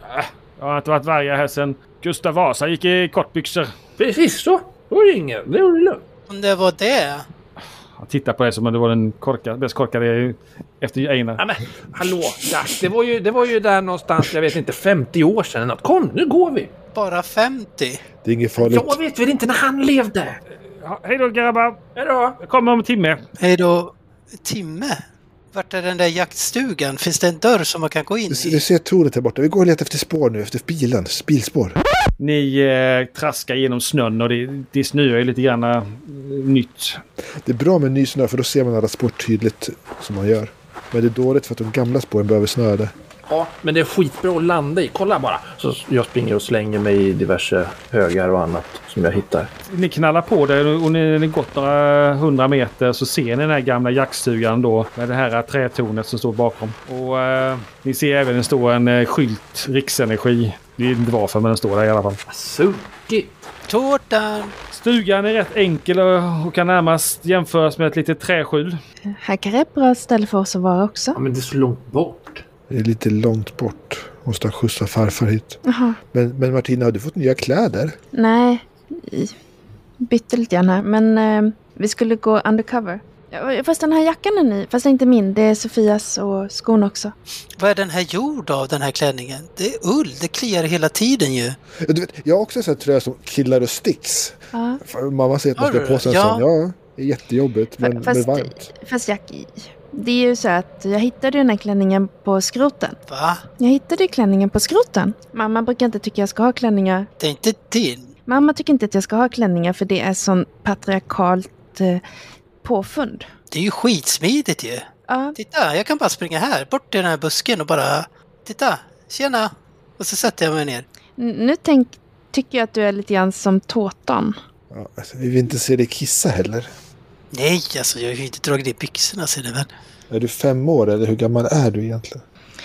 Jag har inte varit vargar här sedan Gustav Vasa gick i kortbyxor. Precis så. Det var ingen. Det var lugnt. Om det var det. Jag tittar på det som om det var den korka, bäst korkade efter Einar. Ja, men hallå, Jack. Det var ju, det var ju där någonstans, jag vet inte, femtio år sedan. Något. Kom, nu går vi. Bara femtio. Det är inget farligt. Jag vet väl inte när han levde. Ja, hej då grabbar. Hej då. Jag kommer om en timme. Hej då. Timme? Vart är den där jaktstugan? Finns det en dörr som man kan gå in Du, i? du ser tornet här borta. Vi går och letar efter spår nu. Efter bilen. Bilspår. Ni eh, traskar genom snön och det, det snöar ju lite grann eh, nytt. Det är bra med ny snö för då ser man alla spår tydligt som man gör. Men det är dåligt för att de gamla spåren behöver snöade. Ja, men det är skitbra att landa i. Kolla bara. Så jag springer och slänger mig i diverse högar och annat som jag hittar. Ni knallar på det och ni har gått några hundra meter så ser ni den här gamla jaktstugan då med det här trätornet som står bakom. Och eh, ni ser även det står en eh, skylt Riksenergi. Det är inte varför men den står där i alla fall. Sunkigt. Tårtan! Stugan är rätt enkel och, och kan närmast jämföras med ett litet träskjul. Här kan det ett bra ställe för oss att vara också. Ja, men det är så långt bort. Det är lite långt bort. Måste ha skjutsa farfar hit. Jaha. Men, men Martina, har du fått nya kläder? Nej, i- bytte lite grann här. Men eh, vi skulle gå undercover. Ja, fast den här jackan är ny. Fast inte min. Det är Sofias och skon också. Vad är den här gjord av, den här klänningen? Det är ull, det kliar hela tiden ju. Du vet, jag har också en sån här tröja som killar och sticks. Ja. För mamma säger att man Har ska du på sig en det? sån. Ja, det är jättejobbigt men, men fast, varmt. fast Jack, det är ju så att jag hittade den här klänningen på skroten. Va? Jag hittade ju klänningen på skroten. Mamma brukar inte tycka jag ska ha klänningar. Det är inte din. Mamma tycker inte att jag ska ha klänningar för det är sån patriarkalt eh, påfund. Det är ju skitsmidigt ju. Ja, Titta, jag kan bara springa här, bort till den här busken och bara... Titta, tjena! Och så sätter jag mig ner. n- nu tänk, tycker jag att du är lite grann som tårtan. Ja, alltså, vi vill inte se dig kissa heller. Nej, alltså jag har ju inte dragit ner byxorna ser ni väl. Är du fem år eller hur gammal är du egentligen?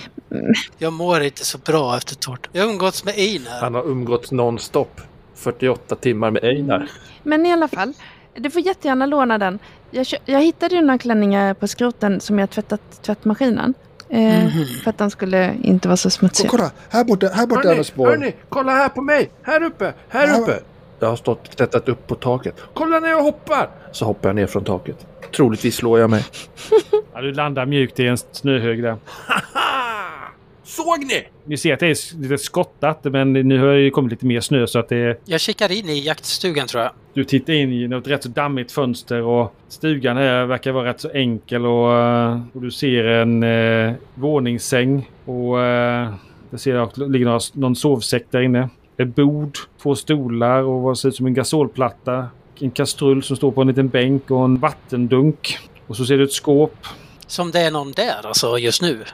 Jag mår inte så bra efter tårtan. Jag har umgåtts med Einar. Han har umgåtts nonstop. fyrtioåtta timmar med Einar. Men i alla fall, du får jättegärna låna den. Jag, kö- jag hittade ju några klänningar på skroten som jag tvättat tvättmaskinen. Eh, Mhm. För att de skulle inte vara så Och smutsiga. kolla, här borta, här borta är Hörni, några spår. hörni, kolla här på mig. Här uppe, här Ja. uppe. Jag har stått och klättrat upp på taket. Kolla när jag hoppar. Så hoppar jag ner från taket. Troligtvis slår jag mig. Ja, du landar mjukt i en snöhög där. Haha! Såg ni? Ni ser att det är lite skottat men nu har det ju kommit lite mer snö så att det är... Jag kikar in i jaktstugan tror jag. Du tittar in i något rätt så dammigt fönster och stugan här verkar vara rätt så enkel och, eh, och du ser en eh, våningssäng och eh, det ser att det ligger några, någon sovsäck där inne. Ett bord, två stolar och vad ser ut som en gasolplatta. En kastrull som står på en liten bänk och en vattendunk. Och så ser du ett skåp. Som det är någon där alltså just nu.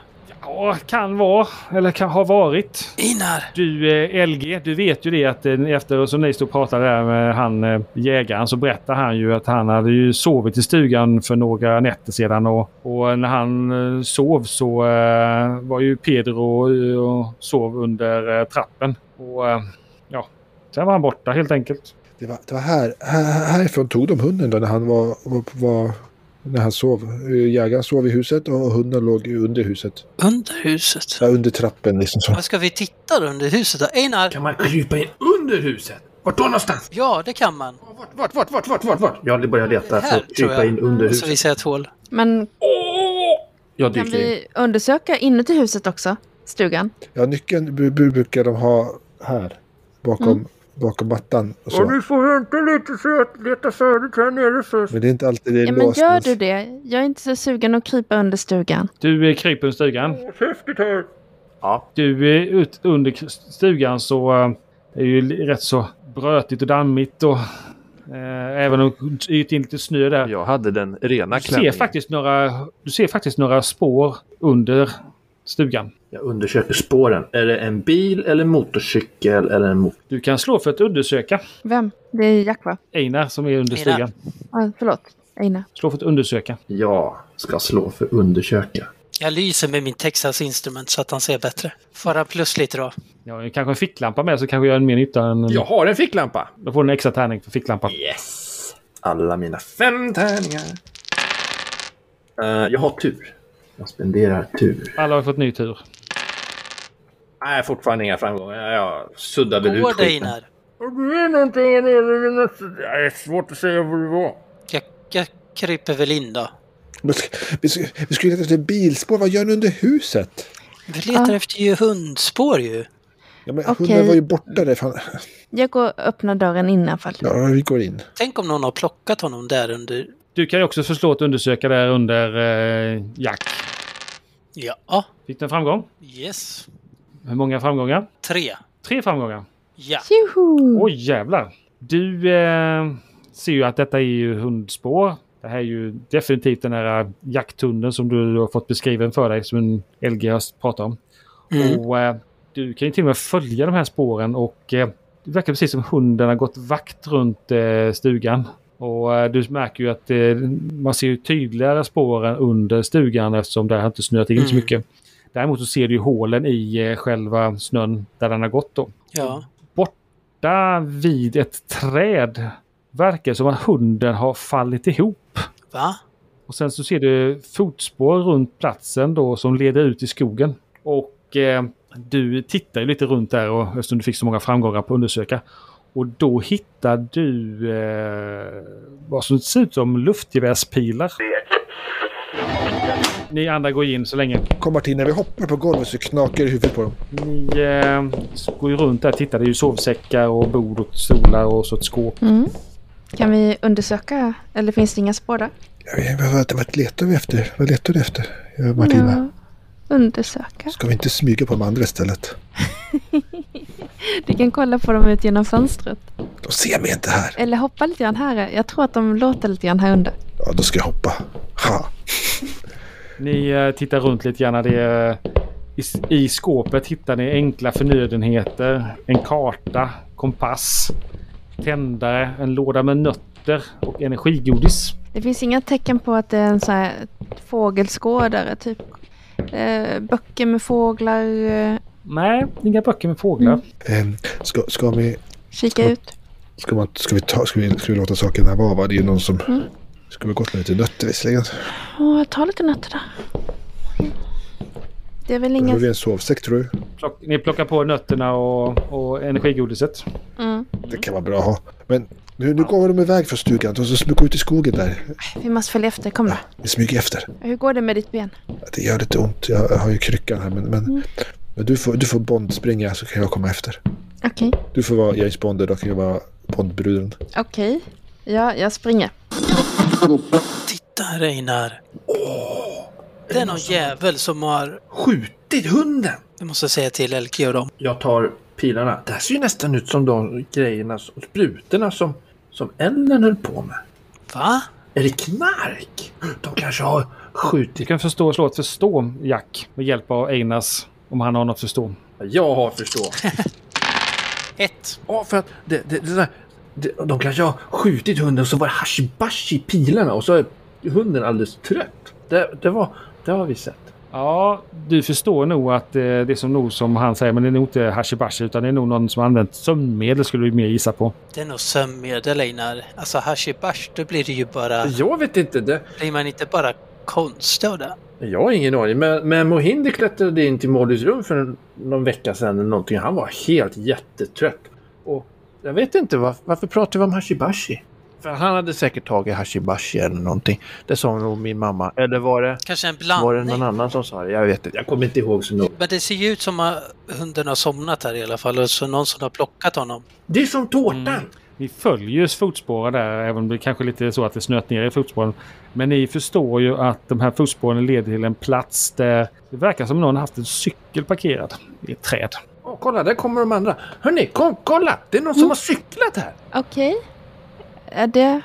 Ja, kan vara. Eller kan ha varit. Einar! Du, eh, L G, du vet ju det att eh, efter som ni stod och pratade där med han eh, jägaren så berättade han ju att han hade ju sovit i stugan för några nätter sedan och, och när han eh, sov så eh, var ju Pedro och, och sov under eh, trappen och eh, ja, sen var han borta helt enkelt. Det var, det var här, här, härifrån tog de hunden då när han var, var, var när han sov. Jägaren sov i huset och hunden låg under huset. Under huset? Ja, under trappen liksom så. Vad ska vi titta då under huset då? Einar! Kan man krypa in under huset? Vart då någonstans? Ja, det kan man. Vart, vart, vart, vart, vart, vart? Jag börjar leta för Här att tror krypa jag. in under Så huset. vi ser ett hål. Men Jag kan dyker in. vi undersöka inuti huset också? Stugan? Ja, nyckeln bu- bu- brukar de ha här. Bakom, Mm. bakom mattan och Och så. vi får vänta lite så att leta färdigt här nere först. Men det är inte alltid det är Ja, men låst. gör du det? Jag är inte så sugen att krypa under stugan. Du eh, kryper under stugan. Häftigt här. Ja. Du är ut under k- stugan så eh, är ju li- rätt så brötigt och dammigt och eh, även om det är in lite snö där. Jag hade den rena Du ser klänningen. faktiskt några, du ser faktiskt några spår under stugan. Jag undersöker spåren. Är det en bil eller motorcykel eller en motor? Du kan slå för att undersöka. Vem? Det är Jack, va? Einar som är under Einar. stugan. Ja, förlåt. Einar. Slå för att undersöka. Jag ska slå för undersöka. Jag lyser med min Texas Instrument så att han ser bättre. Får han plus lite då? Ja, kanske en ficklampa med så kanske gör en mer nytta än... Jag har en ficklampa. Då får du en extra tärning för ficklampan. Yes! Alla mina fem tärningar. Uh, jag har tur. Jag spenderar tur. Alla har fått ny tur. Nej, fortfarande inga framgångar. Jag suddade ut Går det, skiten. Einar? Det är någonting här nere. Det är svårt att säga vad det var. Jag, jag kryper väl in då. Men ska- Vi, ska, vi skulle leta efter bilspår. Vad gör ni under huset? Vi letar Ja. efter ju hundspår ju. Ja, men Okej. hunden var ju borta där. Fan. Jag går och öppnar dörren innanför. Ja, vi går in. Tänk om någon har plockat honom där under... Du kan ju också förslå att undersöka där under eh, Jack. Ja, Fick du en framgång? yes. Hur många framgångar? Tre. Tre framgångar. Ja. Tjoho! Oj jävlar. Du eh, ser ju att detta är ju hundspår. Det här är ju definitivt den här jakthunden som du har fått beskriven för dig som en L G har pratat om. Mm. Och eh, du kan ju till och med följa de här spåren och eh, det verkar precis som hunden har gått vakt runt eh, stugan. Och eh, du märker ju att eh, man ser ju tydligare spåren under stugan eftersom det har inte snöat in så Mm. mycket. Däremot så ser du ju hålen i eh, själva snön där den har gått då. Ja. Borta vid ett träd verkar det som att hunden har fallit ihop. Va? Och sen så ser du fotspår runt platsen då som leder ut i skogen. Och eh, du tittar ju lite runt där och, eftersom du fick så många framgångar på att undersöka. Och då hittar du eh, vad som ser ut som luftgevärspilar. Ni andra går in så länge. Kom Martin, när vi hoppar på golvet så knakar i huvudet på dem. Ni eh, går ju runt där och tittar. Det är ju sovsäckar och bord och stolar och så ett skåp. Mm. Kan vi undersöka? Eller finns det inga spår där? Jag vet, vad, vad, vad letar vi efter? Vad letar du efter, ja, Martina? Ja, undersöka. Ska vi inte smyga på de andra istället? Du kan kolla på dem ut genom fönstret. De ser mig inte här. Eller hoppa lite grann här. Jag tror att de låter lite grann här under. Ja, då ska jag hoppa. Ha. Ni eh, tittar runt lite grann. Det är, i, I skåpet hittar ni enkla förnödenheter. En karta, kompass, tändare, en låda med nötter och energigodis. Det finns inga tecken på att det är en sån här fågelskådare. Typ eh, böcker med fåglar. Eh, Nej, inga böcker med fåglar. Mm. Ehm, ska, ska vi... kika ut. Ska, man, ska, vi ta, ska, vi, ska vi låta sakerna vara? Va? Det är ju någon som... Mm. Ska vi gått med lite nötter visserligen? Åh, jag tar lite nötter där. Det är väl Har ingen... vi en sovsäck tror du? Plock, ni plockar på nötterna och, och energigodiset. Mm. Det kan vara bra att ha. Men nu, nu går de iväg från stugan. Och så smyger ut i skogen där. Vi måste följa efter. Kom då. Vi smyger efter. Hur går det med ditt ben? Det gör lite ont. Jag, jag har ju kryckan här. Men, men, Mm. men du, får, du får Bond springa så kan jag komma efter. Okej. Du får vara James Bond och då kan jag vara Bondbruden. Okej. Ja, jag springer. Titta här, Einar. Det är någon jävel som har... Skjutit hunden! Jag måste säga till L G och dem. Jag tar pilarna. Det här ser ju nästan ut som de grejerna, sprutorna som, som Ellen höll på med. Va? Är det knark? De kanske har Du skjutit. kan förstå, slå ett förstå, Jack, med hjälp av Einars, om han har något förstå. Jag har förstå. Ett. Ja, för att det, det, det där, det, de kanske har skjutit hunden och så var det hashibashi i pilarna och så är hunden alldeles trött. Det, det, var, det har vi sett. Ja, du förstår nog att eh, det är som nog som han säger, men det är nog inte hashibashi utan det är nog någon som har använt sömnmedel skulle du mer gissa på. Det är nog sömnmedel, Einar. Alltså hashibash, då blir det ju bara... Jag vet inte. Det, Blir man inte bara konstig av det? jag har ingen aning. Men, men Mohinder klättrade in till Mollys rum för en, någon vecka sedan eller någonting. Han var helt jättetrött. Och jag vet inte, var, varför pratar vi om hashibashi? För han hade säkert tagit hashibashi eller någonting. Det sa nog min mamma. Eller var det, Kanske en var det blandning. någon annan som sa det? Jag vet inte. Jag kommer inte ihåg så nog. Men det ser ju ut som att hunden har somnat här i alla fall. Och så någon som har plockat honom. Det är som tårtan. Mm. Ni följer ju fotspåren där, även om det kanske är lite så att det snöt ner i fotspåren. Men ni förstår ju att de här fotspåren leder till en plats där det verkar som någon har haft en cykel parkerad i ett träd. Åh, kolla, där kommer de andra. Hörrni, kom, kolla! Det är någon som har cyklat här. Okej. Är det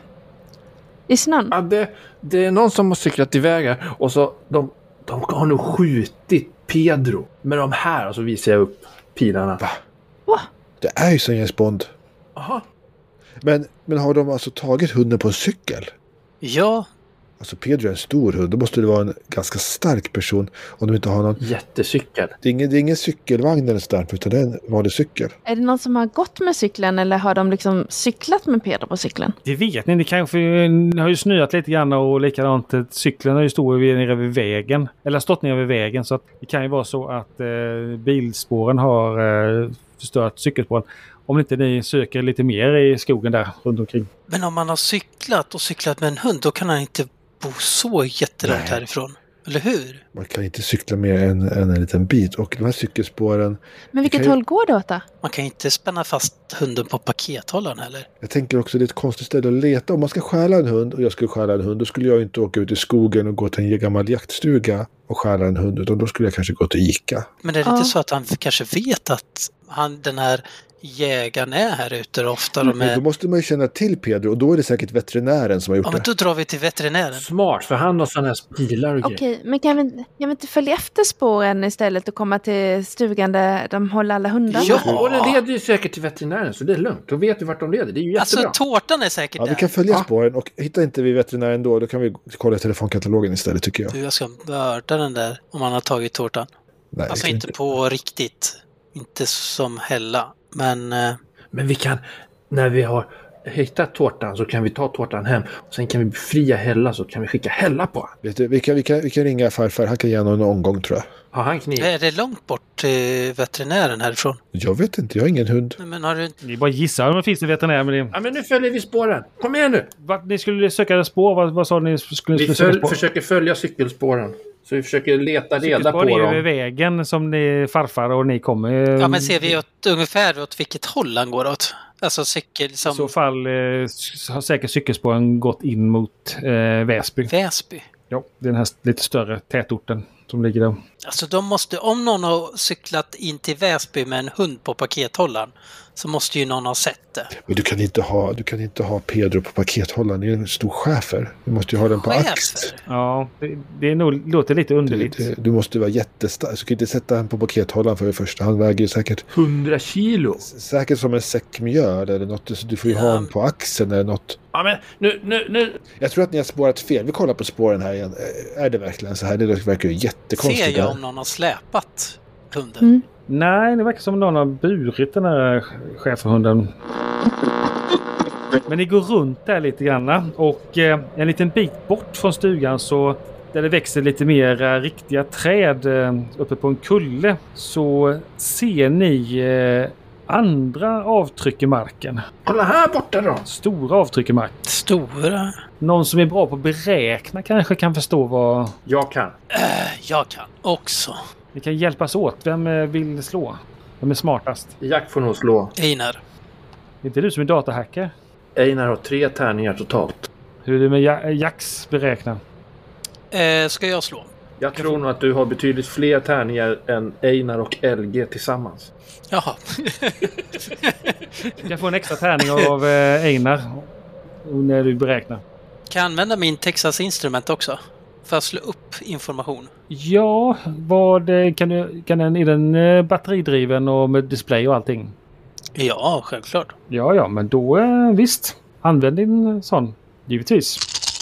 i snön? Ja, det, det är någon som har cyklat iväg här. Och så, de, de har nog skjutit Pedro. Med de här, och så visar jag upp pilarna. Va? Det är ju som James Bond. Aha. Men, men har de alltså tagit hunden på en cykel? Ja, Alltså Pedro är en stor hund. Då måste det vara en ganska stark person om de inte har någon... Jättecykel. Det är ingen, det är ingen cykelvagn eller sådär, utan det är en vanlig cykel. Är det någon som har gått med cykeln eller har de liksom cyklat med Pedro på cykeln? Det vet ni, ni kanske ni har ju snöat lite grann och likadant. Cykeln har ju stått nere vid vägen. Eller stått nere vid vägen, så att det kan ju vara så att eh, bilspåren har eh, förstört cykelspåren. Om inte ni söker lite mer i skogen där runt omkring. men om man har cyklat och cyklat med en hund, då kan han inte bo så jättelångt Nej. härifrån. Eller hur? Man kan inte cykla mer än, än en liten bit. Och de här cykelspåren... Men vilket kan ju- håll går det åt då? Man kan inte spänna fast hunden på pakethållaren heller. Jag tänker också det är ett konstigt ställe att leta. Om man ska stjäla en hund och jag skulle stjäla en hund, då skulle jag inte åka ut i skogen och gå till en gammal jaktstuga och stjäla en hund, utan då skulle jag kanske gå till Ica. Men är det Ja. inte så att han kanske vet att han, den här jägaren är här ute ofta? De Men då är... måste man ju känna till Pedro och då är det säkert veterinären som har gjort Ja, men det. då drar vi till veterinären. Smart, för han har sådana här pilar och grejer. Okej, men kan vi, kan vi inte följa efter spåren istället och komma till stugan där de håller alla hundar? Ja. Och den leder ju säkert till veterinären, så det är lugnt. Då vet vi vart de leder. Det är ju jättebra. Alltså tårtan är säkert Ja, vi där. kan följa Ja. spåren och hittar inte vi veterinären då, då kan vi kolla i telefonkatalogen istället, tycker jag. Du, jag ska mörda den där om han har tagit tårtan. Nej, Alltså jag kan inte på riktigt. Inte som Hella. Men eh, Men vi kan, när vi har hittat tårtan så kan vi ta tårtan hem. Och sen kan vi befria Hella, så kan vi skicka Hella på han. Vet du, vi, kan, vi, kan, vi kan ringa farfar, han kan ge honom en omgång tror jag. Har han kniv? är det långt bort till veterinären härifrån? Jag vet inte, jag har ingen hund. Nej, men har du... Ni bara gissar om det finns en veterinär med det. Ja, men nu följer vi spåren. Kom igen nu! Vart ni skulle söka spår? Vad, vad sa ni skulle ni Vi skulle söka föl- spår? försöker följa cykelspåren. Så vi försöker leta reda på Cykelspår är ju vid dem. vägen som ni farfar och ni kommer. Ja, men ser vi åt, ungefär åt vilket håll han går åt? Alltså cykel I som så fall eh, s- har säkert cykelspåren gått in mot eh, Väsby. Väsby. Ja, det är den här lite större tätorten som ligger där. Alltså de måste, om någon har cyklat in till Väsby med en hund på pakethållaren, så måste ju någon ha sett det. Men du kan inte ha, du kan inte ha Pedro på pakethållaren, det är en stor schäfer. Du måste ju ha den på Chefer. axt. Ja, det, det är nog, låter lite Du, underligt. du, du måste vara jättestark. Du kan inte sätta den på pakethållaren för det första. Han väger ju säkert, hundra kilo. säkert som en säck mjöl eller något. Så du får ju Ja. ha den på axeln eller något. Ja, men nu, nu, nu. Jag tror att ni har spårat fel. Vi kollar på spåren här igen. Är det verkligen så här? Det verkar ju jättekonstigt. Ser jag här. om någon har släpat hunden? Mm. Nej, det verkar som någon har burit den här schäferhunden. Men ni går runt där lite grann och eh, en liten bit bort från stugan så där det växer lite mer eh, riktiga träd eh, uppe på en kulle så ser ni eh, andra avtryck i marken. Kolla här borta då. Stora avtryck i marken. Stora? Någon som är bra på att beräkna kanske kan förstå vad... Jag kan. Äh, jag kan också. Vi kan hjälpas åt. Vem eh, vill slå? Vem är smartast? Jack får nog slå. Einar. Det är inte du som är datahacker? Einar har tre tärningar totalt. Hur är det med ja- Jacks beräkna? Eh, ska jag slå? Jag tror nog att du har betydligt fler tärningar än Einar och L G tillsammans. Jaha. Du kan få en extra tärning av eh, Einar när du beräknar. Kan jag använda min Texas Instrument också? För att slå upp information. Ja, vad kan du, kan den, är den eh, batteridriven och med display och allting? Ja, självklart. Ja, ja, men då eh, visst. Använd din sån, givetvis.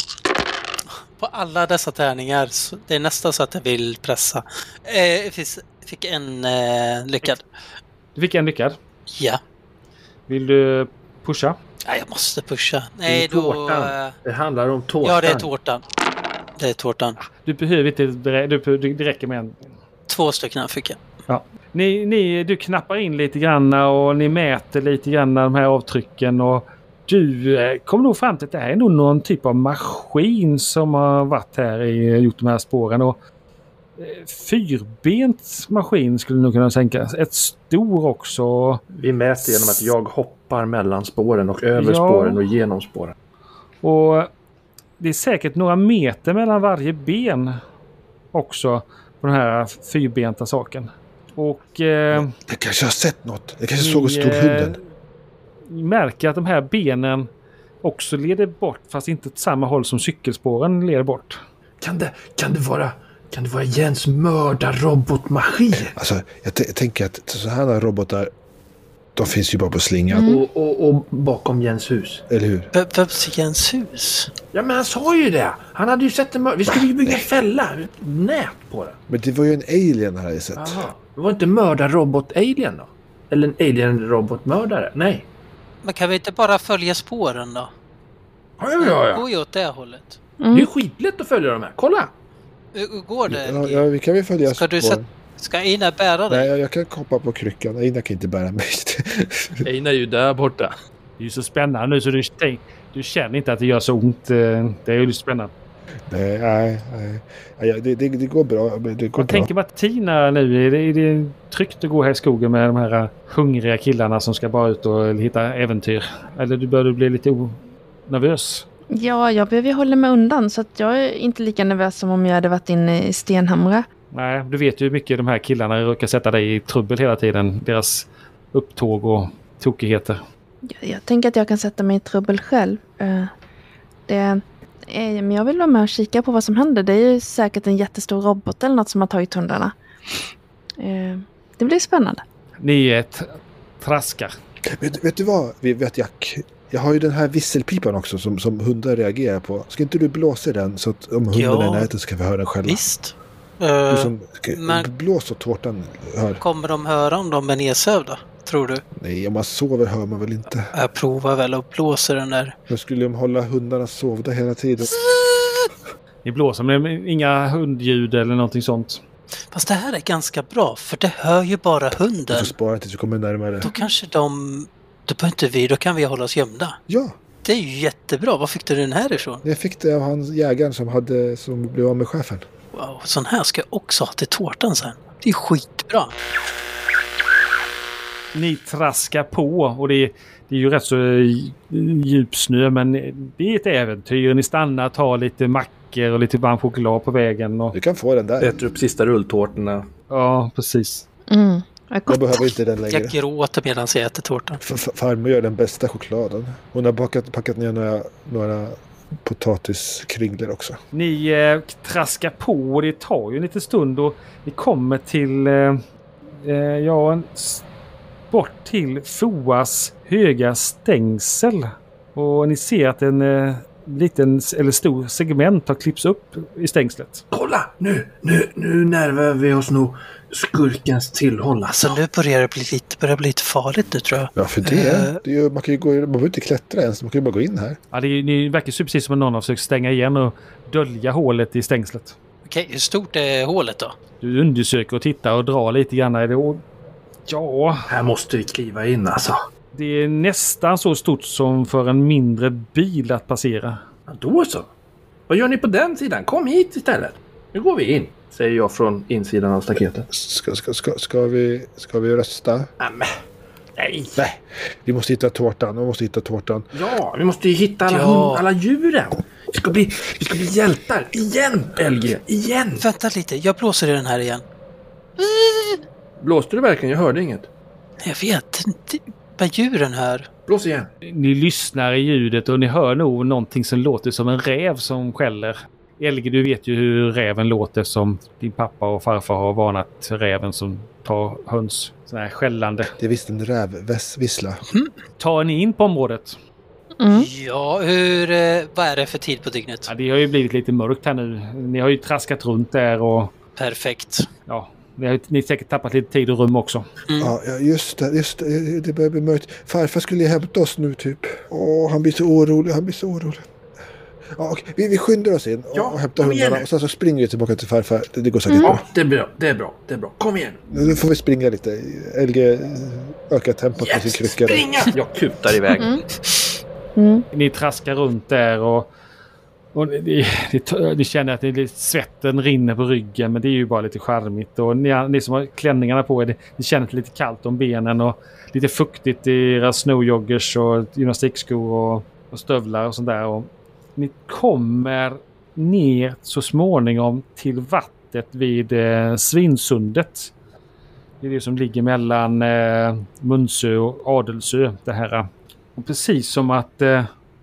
På alla dessa tärningar, så det är nästan så att jag vill pressa. Eh, jag fick, fick en eh, lyckad. Du fick en lyckad. Ja. Vill du pusha? Ja, jag måste pusha. Nej, Det är då... tårtan. Eh, Det handlar om tårtan. ja, det är tårtan. Det är tårtan. Du behöver inte, det, du, det räcker med en. Två stycken fick jag. Ja. Ni, ni, du knappar in lite grann och ni mäter lite grann de här avtrycken och du eh, kommer nog fram till att det här är nog någon typ av maskin som har varit här i gjort de här spåren och eh, fyrbent maskin skulle nog kunna sänkas. Ett stor också. Vi mäter genom att jag hoppar mellan spåren och över Ja. spåren och genom spåren. Och det är säkert några meter mellan varje ben också på den här fyrbenta saken. Och eh, Jag kanske har sett något. Jag kanske såg hur stod eh, hunden. Ni märker att de här benen också leder bort fast inte åt samma håll som cykelspåren leder bort. Kan det, kan det vara... Kan det vara Jens mördarrobotmaskin? Alltså, jag, t- jag tänker att så här robotar, de finns ju bara på slingan. Mm. Och, och, och bakom Jens hus. Eller hur? V- Vems Jens hus? Ja, men han sa ju det. Han hade ju sett en mör... Vi skulle ju bygga en fälla. Nät på den. Men det var ju en alien här i sett. Aha. Det var inte mördarrobot-alien då? Eller en alien-robotmördare? Nej. Men kan vi inte bara följa spåren då? Ja, ja, Det ja. går ju åt det hållet. Det är skitlätt att följa de här. Kolla! Hur hur går det? Ja, ja, vi kan väl följa Ska du spåren. sätta... Ska Ina bära dig? Nej, jag, jag kan hoppa på kryckan. Ina kan inte bära mig. Einar är ju där borta. Det är ju så spännande nu så du, du känner inte att det gör så ont. eh, Det är ju spännande. nej, nej, nej. nej det, det, det går bra. men Det går Vad bra. tänker Martina nu? Är det, är det tryggt att gå här i skogen med de här hungriga killarna som ska bara ut och hitta äventyr? Eller du börjar bli lite o- nervös? Ja, jag behöver ju hålla mig undan så att jag är inte lika nervös som om jag hade varit inne i Stenhamra. Nej, du vet ju hur mycket de här killarna råkar sätta dig i trubbel hela tiden. Deras upptåg och tokigheter. Jag, jag tänker att jag kan sätta mig i trubbel själv. Eh, det, eh, men jag vill vara med och kika på vad som händer. Det är ju säkert en jättestor robot eller något som har tagit hundarna. Eh, det blir spännande. Ni är ett traskar. Vet, vet du vad, vi vet Jack? Jag har ju den här visselpipan också som, som hundar reagerar på. Ska inte du blåsa den så att om hunden Ja. är i närheten så kan vi höra den själva? Visst. Du Uh, som, ska, men- blås så tårtan hör. kommer de höra om de är nedsövda? Tror du? Nej, om man sover hör man väl inte. Jag provar väl och blåser den där. Men skulle de hålla hundarna sovda hela tiden? Ni blåser men inga hundljud eller någonting sånt. Fast det här är ganska bra, för det hör ju bara Du får hunden. spara tills vi kommer närmare. Då kanske de... Då behöver inte vi, då kan vi hålla oss gömda. Ja, Det är ju jättebra. Var fick du den här ifrån? jag fick det av han jägaren som, hade, som blev av med chefen. Wow, sån här ska jag också ha till tårtan sen. Det är skitbra. Ni traskar på och det är, det är ju rätt så djup snö men det är ett äventyr. Ni stannar, tar lite mackor och lite varm choklad på vägen. Och, Du kan få den där. Äter upp sista rulltårtorna. ja, precis. Mm. Vad Jag gott. behöver inte den längre. Jag gråter medan jag äter tårtan. F- f- Farmor gör den bästa chokladen. Hon har bakat, packat ner några, några potatiskringlor också. Ni eh, traskar på och det tar ju en liten stund och ni kommer till eh, eh, ja, en, s- bort till Foas höga stängsel. Och ni ser att en eh, liten s- eller stor segment har klippts upp i stängslet. Kolla! Nu, nu, nu närmar vi oss nog skurkens tillhåll. Alltså nu börjar det bli lite, börjar bli lite farligt nu tror jag. Ja, för det, Eh. det är ju, man kan ju gå, man behöver inte klättra ens. Man kan ju bara gå in här. Ja, det, är- det verkar ju precis som att någon har försökt stänga igen och dölja hålet i stängslet. Okej, hur stort är hålet då? Du undersöker och tittar och drar lite grann i det. Och, ja, Här måste vi kliva in alltså. det är nästan så stort som för en mindre bil att passera. Ja, då så. Vad gör ni på den sidan? Kom hit istället. Nu går vi in, säger jag från insidan av staketet. Ska, ska, ska, ska, vi, ska vi rösta? Nämen. Nej. Nej, vi måste hitta tårtan. Vi måste hitta tårtan. Ja, vi måste ju hitta alla, Ja. hund, alla djuren. Vi ska, bli, vi ska bli hjältar. Igen, L G. Igen. Vänta lite, jag blåser i den här igen. Blåste du verkligen? Jag hörde inget. Jag vet inte. med djuren här? Blås igen. Ni lyssnar i ljudet och ni hör nog någonting som låter som en räv som skäller. Elge, du vet ju hur räven låter som din pappa och farfar har varnat räven som tar höns. Sån här skällande. Det är visst en rävvissla. Mm. Tar ni in på området? Mm. Ja, hur, eh, vad är det för tid på dygnet? Ja, det har ju blivit lite mörkt här nu. Ni har ju traskat runt där och... Perfekt. Ja, ni har, ni har säkert tappat lite tid och rum också. Mm. Ja, ja, just det, just det. Det börjar bli mörkt. Farfar skulle ju hämta oss nu typ. Åh, han blir så orolig, han blir så orolig. Ja, okej. Vi, vi skyndar oss in och, Ja, och hämtar kom igen hundarna nu. och sen så springer vi tillbaka till farfar. Det, det går säkert Ja, bra. det är bra. Det är bra. Det är bra. Kom igen. Nu får vi springa lite. Elge ökar tempot med sin Yes, krycka. springa! Jag kutar iväg. Mm. Mm. Ni traskar runt där och, och ni, ni, ni känner att ni, svetten rinner på ryggen, men det är ju bara lite charmigt. Och ni, ni som har klänningarna på er, ni känner att det är lite kallt om benen och lite fuktigt i era snowjoggers och gymnastikskor och, och stövlar och sånt där. Och ni kommer ner så småningom till vattnet vid eh, Svinsundet. Det är det som ligger mellan eh, Munsö och Adelsö. Det här. Och precis som att eh,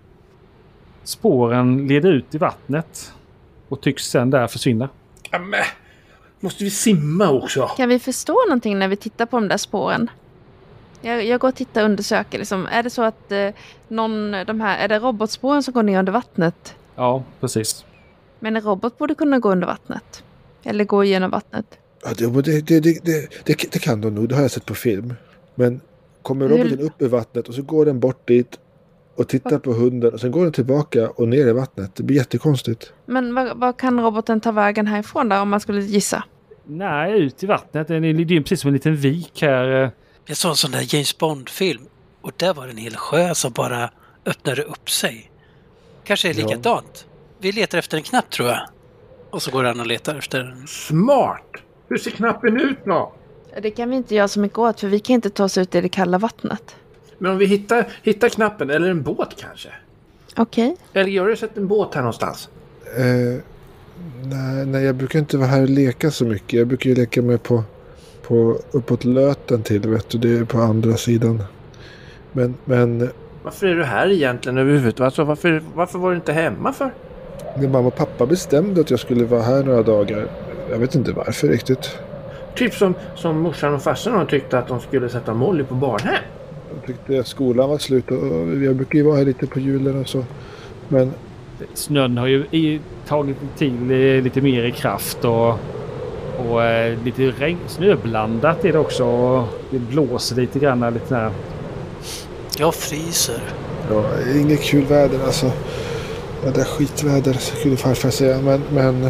spåren leder ut i vattnet och tycks sen där försvinna. Amen. Måste vi simma också? Kan vi förstå någonting när vi tittar på de där spåren? Jag, jag går och tittar och undersöker. Liksom. Är det så att eh, någon, de här, är det robotspåren som går ner under vattnet? Ja, precis. Men en robot borde kunna gå under vattnet. Eller gå igenom vattnet. Ja, det, det, det, det, det, det kan de nog, det har jag sett på film. Men kommer roboten upp i vattnet och så går den bort dit och tittar på hunden och sen går den tillbaka och ner i vattnet. Det blir jättekonstigt. Men vad, vad kan roboten ta vägen härifrån då, om man skulle gissa? Nej, ut i vattnet. Det är ju precis som en liten vik här. Jag såg en sån där James Bond-film och där var det en hel sjö som bara öppnade upp sig. Kanske är Ja. likadant. Vi letar efter en knapp, tror jag. Och så går han och letar efter den. Smart! Hur ser knappen ut då? Det kan vi inte göra så mycket åt, för vi kan inte ta oss ut i det kalla vattnet. Men om vi hittar, hittar knappen, eller en båt kanske? Okej. Eller har du sett en båt här någonstans? Eh, nej, nej, jag brukar inte vara här och leka så mycket. Jag brukar ju leka med på, på uppåt Löten till, vet du. Det är på andra sidan. Men, men Varför är du här egentligen överhuvudtaget? Alltså, varför, varför var du inte hemma för? min mamma och pappa bestämde att jag skulle vara här några dagar. Jag vet inte varför riktigt. Typ som, som morsan och farsan tyckte att de skulle sätta Molly på barnhem. Jag tyckte att skolan var slut och jag brukar ju vara här lite på julen och så. Men Snön har ju i, tagit till eh, lite mer i kraft och, och eh, lite regn, snöblandat är det också. Och det blåser lite grann. Lite där. Jag fryser. ja, inget kul väder alltså. Det där skitväder skulle farfar säga. Men, men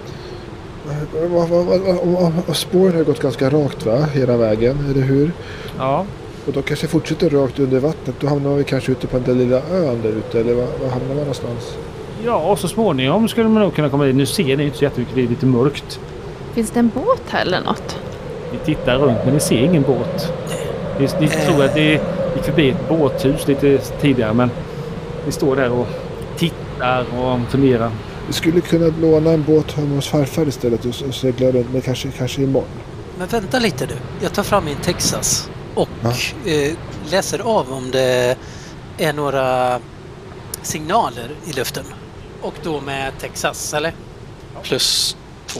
vad, vad, vad, vad, vad, spåren har gått ganska rakt, va? Hela vägen, eller hur? Ja, Och då kanske fortsätter rakt under vattnet. Då hamnar vi kanske ute på den där lilla ön där ute. Eller var, var hamnar man någonstans? ja, och så småningom skulle man nog kunna komma in. Nu ser ni inte så jättemycket, det är lite mörkt. Finns det en båt här eller något? Ni tittar runt men ni ser ingen båt. Ni, ni tror att det gick förbi ett båthus lite tidigare, men ni står där och tittar och funderar. Vi skulle kunna låna en båt hemma hos farfar istället och, och segla runt. Men kanske, kanske imorgon. Men vänta lite nu. Jag tar fram min Texas och Ja. eh, läser av om det är några signaler i luften. Och då med Texas, eller? Plus två.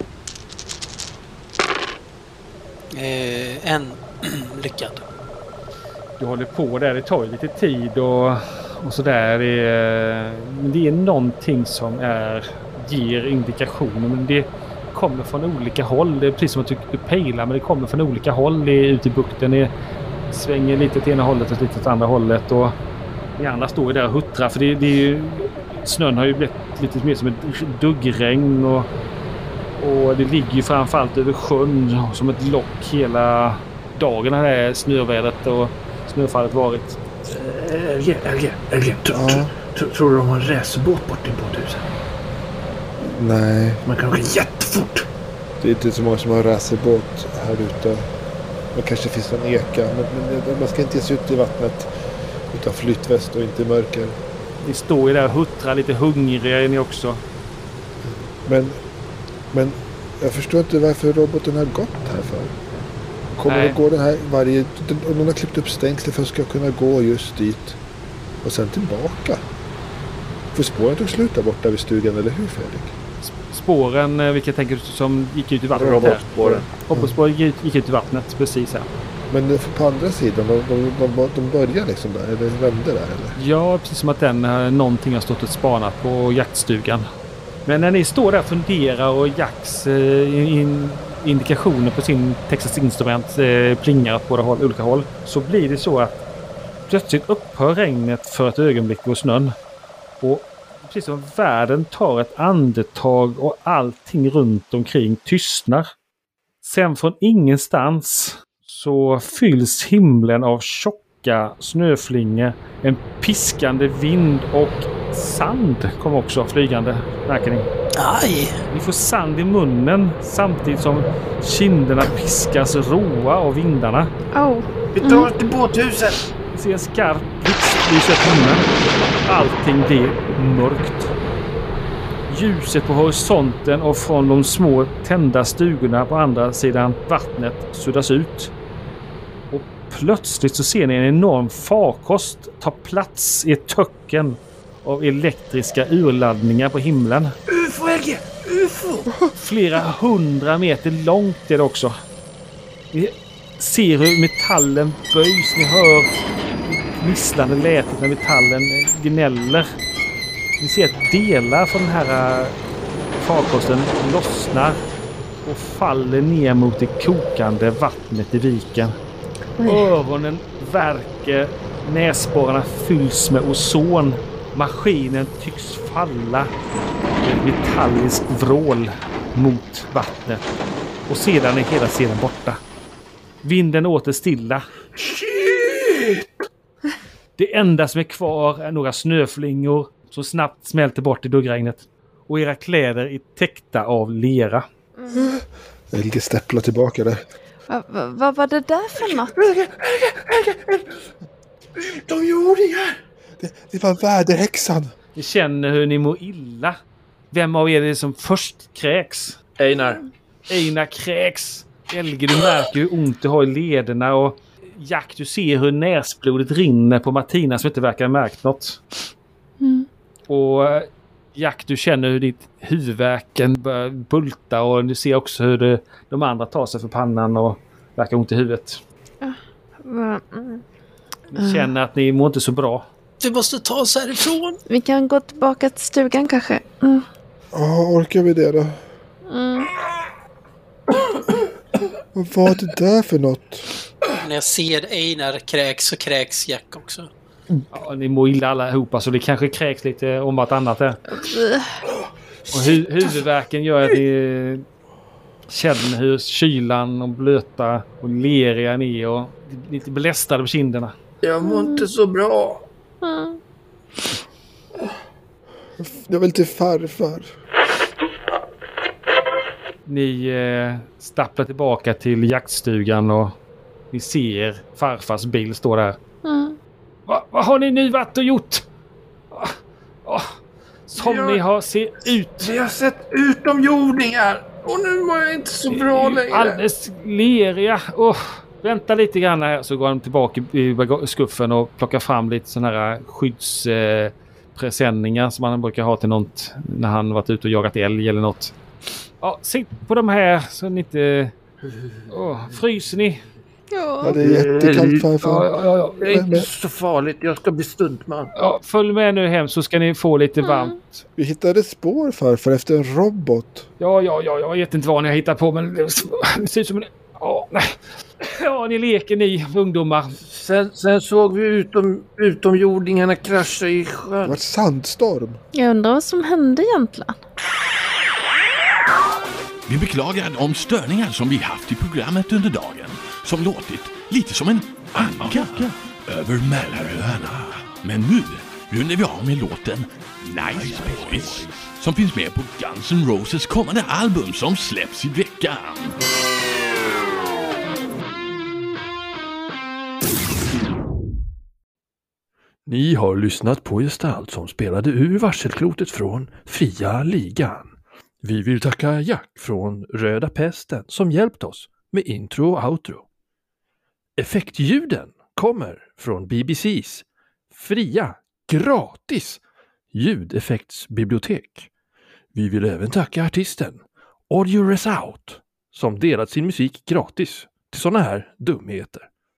Eh, en lyckad. Du håller på där, det tar ju lite tid och, och sådär. Det är, men det är någonting som är, ger indikationer, men det kommer från olika håll. Det är precis som att du pejlar, men det kommer från olika håll. Det är ute i bukten, det svänger lite åt ena hållet och lite åt andra hållet. Och de andra står ju där och huttrar, för det, det är ju, snön har ju blivit lite mer som ett duggregn och, och det ligger ju framförallt över sjön som ett lock hela dagen när det är snövädret och snöfallet varit. Elge, Elge, Elge. Tro- Ja. tro- Tror du de har en racerbåt bort i båthuset? Nej, Man kan åka jättefort. det är inte så många som har racerbåt här ute. Det kanske finns en eka. Men, men man ska inte ge sig ut i vattnet utan flytväst och inte i mörker. Ni står ju där och huttrar, lite hungriga är ni också. Men, men jag förstår inte varför roboten har gått här för. Kommer Nej. att gå den här varje... Om någon har klippt upp stängslet för att ska kunna gå just dit. Och sen tillbaka. För spåren tog slut där borta vid stugan, eller hur Fredrik? Spåren, eh, vilka tänker du som gick ut i vattnet? Robotspåren. Robotspåren gick, gick ut i vattnet, precis här. Men eh, på andra sidan, de, de, de, de börjar liksom där, eller vände där, eller? Ja, precis som att den eh, någonting har stått och spanat på jaktstugan. Men när ni står där och funderar och Jacks eh, in, indikationer på sin Texas Instrument eh, plingar åt båda håll, olika håll, så blir det så att plötsligt upphör regnet för ett ögonblick och snön. Och precis som världen tar ett andetag och allting runt omkring tystnar. Sen från ingenstans så fylls himlen av tjocka snöflingor, en piskande vind och sand kommer också flygande, märker ni. Aj! Ni får sand i munnen samtidigt som kinderna piskas råa av vindarna. Oh. Vi tar oss till båthuset! Ni ser en skarp blixtlys i himlen. Allting blir mörkt. Ljuset på horisonten och från de små tända stugorna på andra sidan vattnet suddas ut. Och plötsligt så ser ni en enorm farkost ta plats i ett töcken av elektriska urladdningar på himlen. U F O, L G! U F O! Flera hundra meter långt är det också. Ni ser hur metallen böjs. Ni hör gnisslande lätet när metallen gnäller. Ni ser att delar från den här farkosten lossnar och faller ner mot det kokande vattnet i viken. Öronen värker, näsborrarna fylls med ozon. Maskinen tycks falla med ett metalliskt vrål mot vattnet. Och sedan är hela scenen borta. Vinden åter stilla. Shit! Det enda som är kvar är några snöflingor som snabbt smälter bort i duggregnet. Och era kläder är täckta av lera. Mm. L G stäpplar tillbaka där. Vad va, va var det där för något? Utomjordingar! Det, det var väderhäxan. Ni känner hur ni mår illa. Vem av er är det som först kräks? Einar. Einar kräks. Elge, du märker hur ont du har i lederna. Och Jack, du ser hur näsblodet rinner på Martina som inte verkar ha märkt något. Mm. Och Jack, du känner hur ditt huvudvärken börjar bulta. Och du ser också hur det, de andra tar sig för pannan och verkar ont i huvudet. Mm. Ni känner att ni mår inte så bra. Vi måste ta oss härifrån. Vi kan gå tillbaka till stugan kanske. Mm. Ja, orkar vi det då? Mm. Vad var det där för något? När jag ser Einar kräks så kräks Jack också. Ja, ni mår illa allihopa så det kanske kräks lite om att annat är. Och hu- huvudvärken gör att ni känner hur kylan och blöta och leriga ni är och lite belästade på kinderna. Jag mår inte så bra. Mm. Jag vill till farfar. Ni eh, stapplar tillbaka till jaktstugan och ni ser farfars bil stå där. Mm. Va, vad har ni nu varit och gjort? Ah, ah, som Jag- ni har sett ut. Vi har sett utomjordingar. Och nu mår jag inte så bra längre. Alldeles leriga. Oh, vänta lite grann här så går han tillbaka i baga- skuffen och plockar fram lite sådana här skyddspresenningar eh, som man brukar ha till något när han varit ute och jagat älg eller något. Ja, sitt på de här så ni inte... Oh, fryser ni? Ja, Ja. det är jättekallt farfar. Ja, ja, ja. Det är inte så farligt. Jag ska bli stuntman. Ja, följ med nu hem så ska ni få lite varmt. Vi hittade spår farfar efter en robot. Ja, ja, ja, jag vet inte vad ni har hittat på men det ser ut som en... Ja, nej. Ja, ni leker ni ungdomar. Sen, sen såg vi utom, utomjordingarna krascha i Det sjön. var ett sandstorm. Jag undrar vad som hände egentligen. Vi beklagar de störningar som vi haft i programmet under dagen, som låtit lite som en anka över Mälaröarna. Men nu rundar vi av med låten Nice Boys, som finns med på Guns N' Roses kommande album som släpps i veckan. Ni har lyssnat på Gestalt som spelade ur varselklotet från Fria Ligan. Vi vill tacka Jack från Röda Pesten som hjälpt oss med intro och outro. effektljuden kommer från B B C:s fria, gratis ljudeffektsbibliotek. Vi vill även tacka artisten Audio Resout som delat sin musik gratis till sådana här dumheter.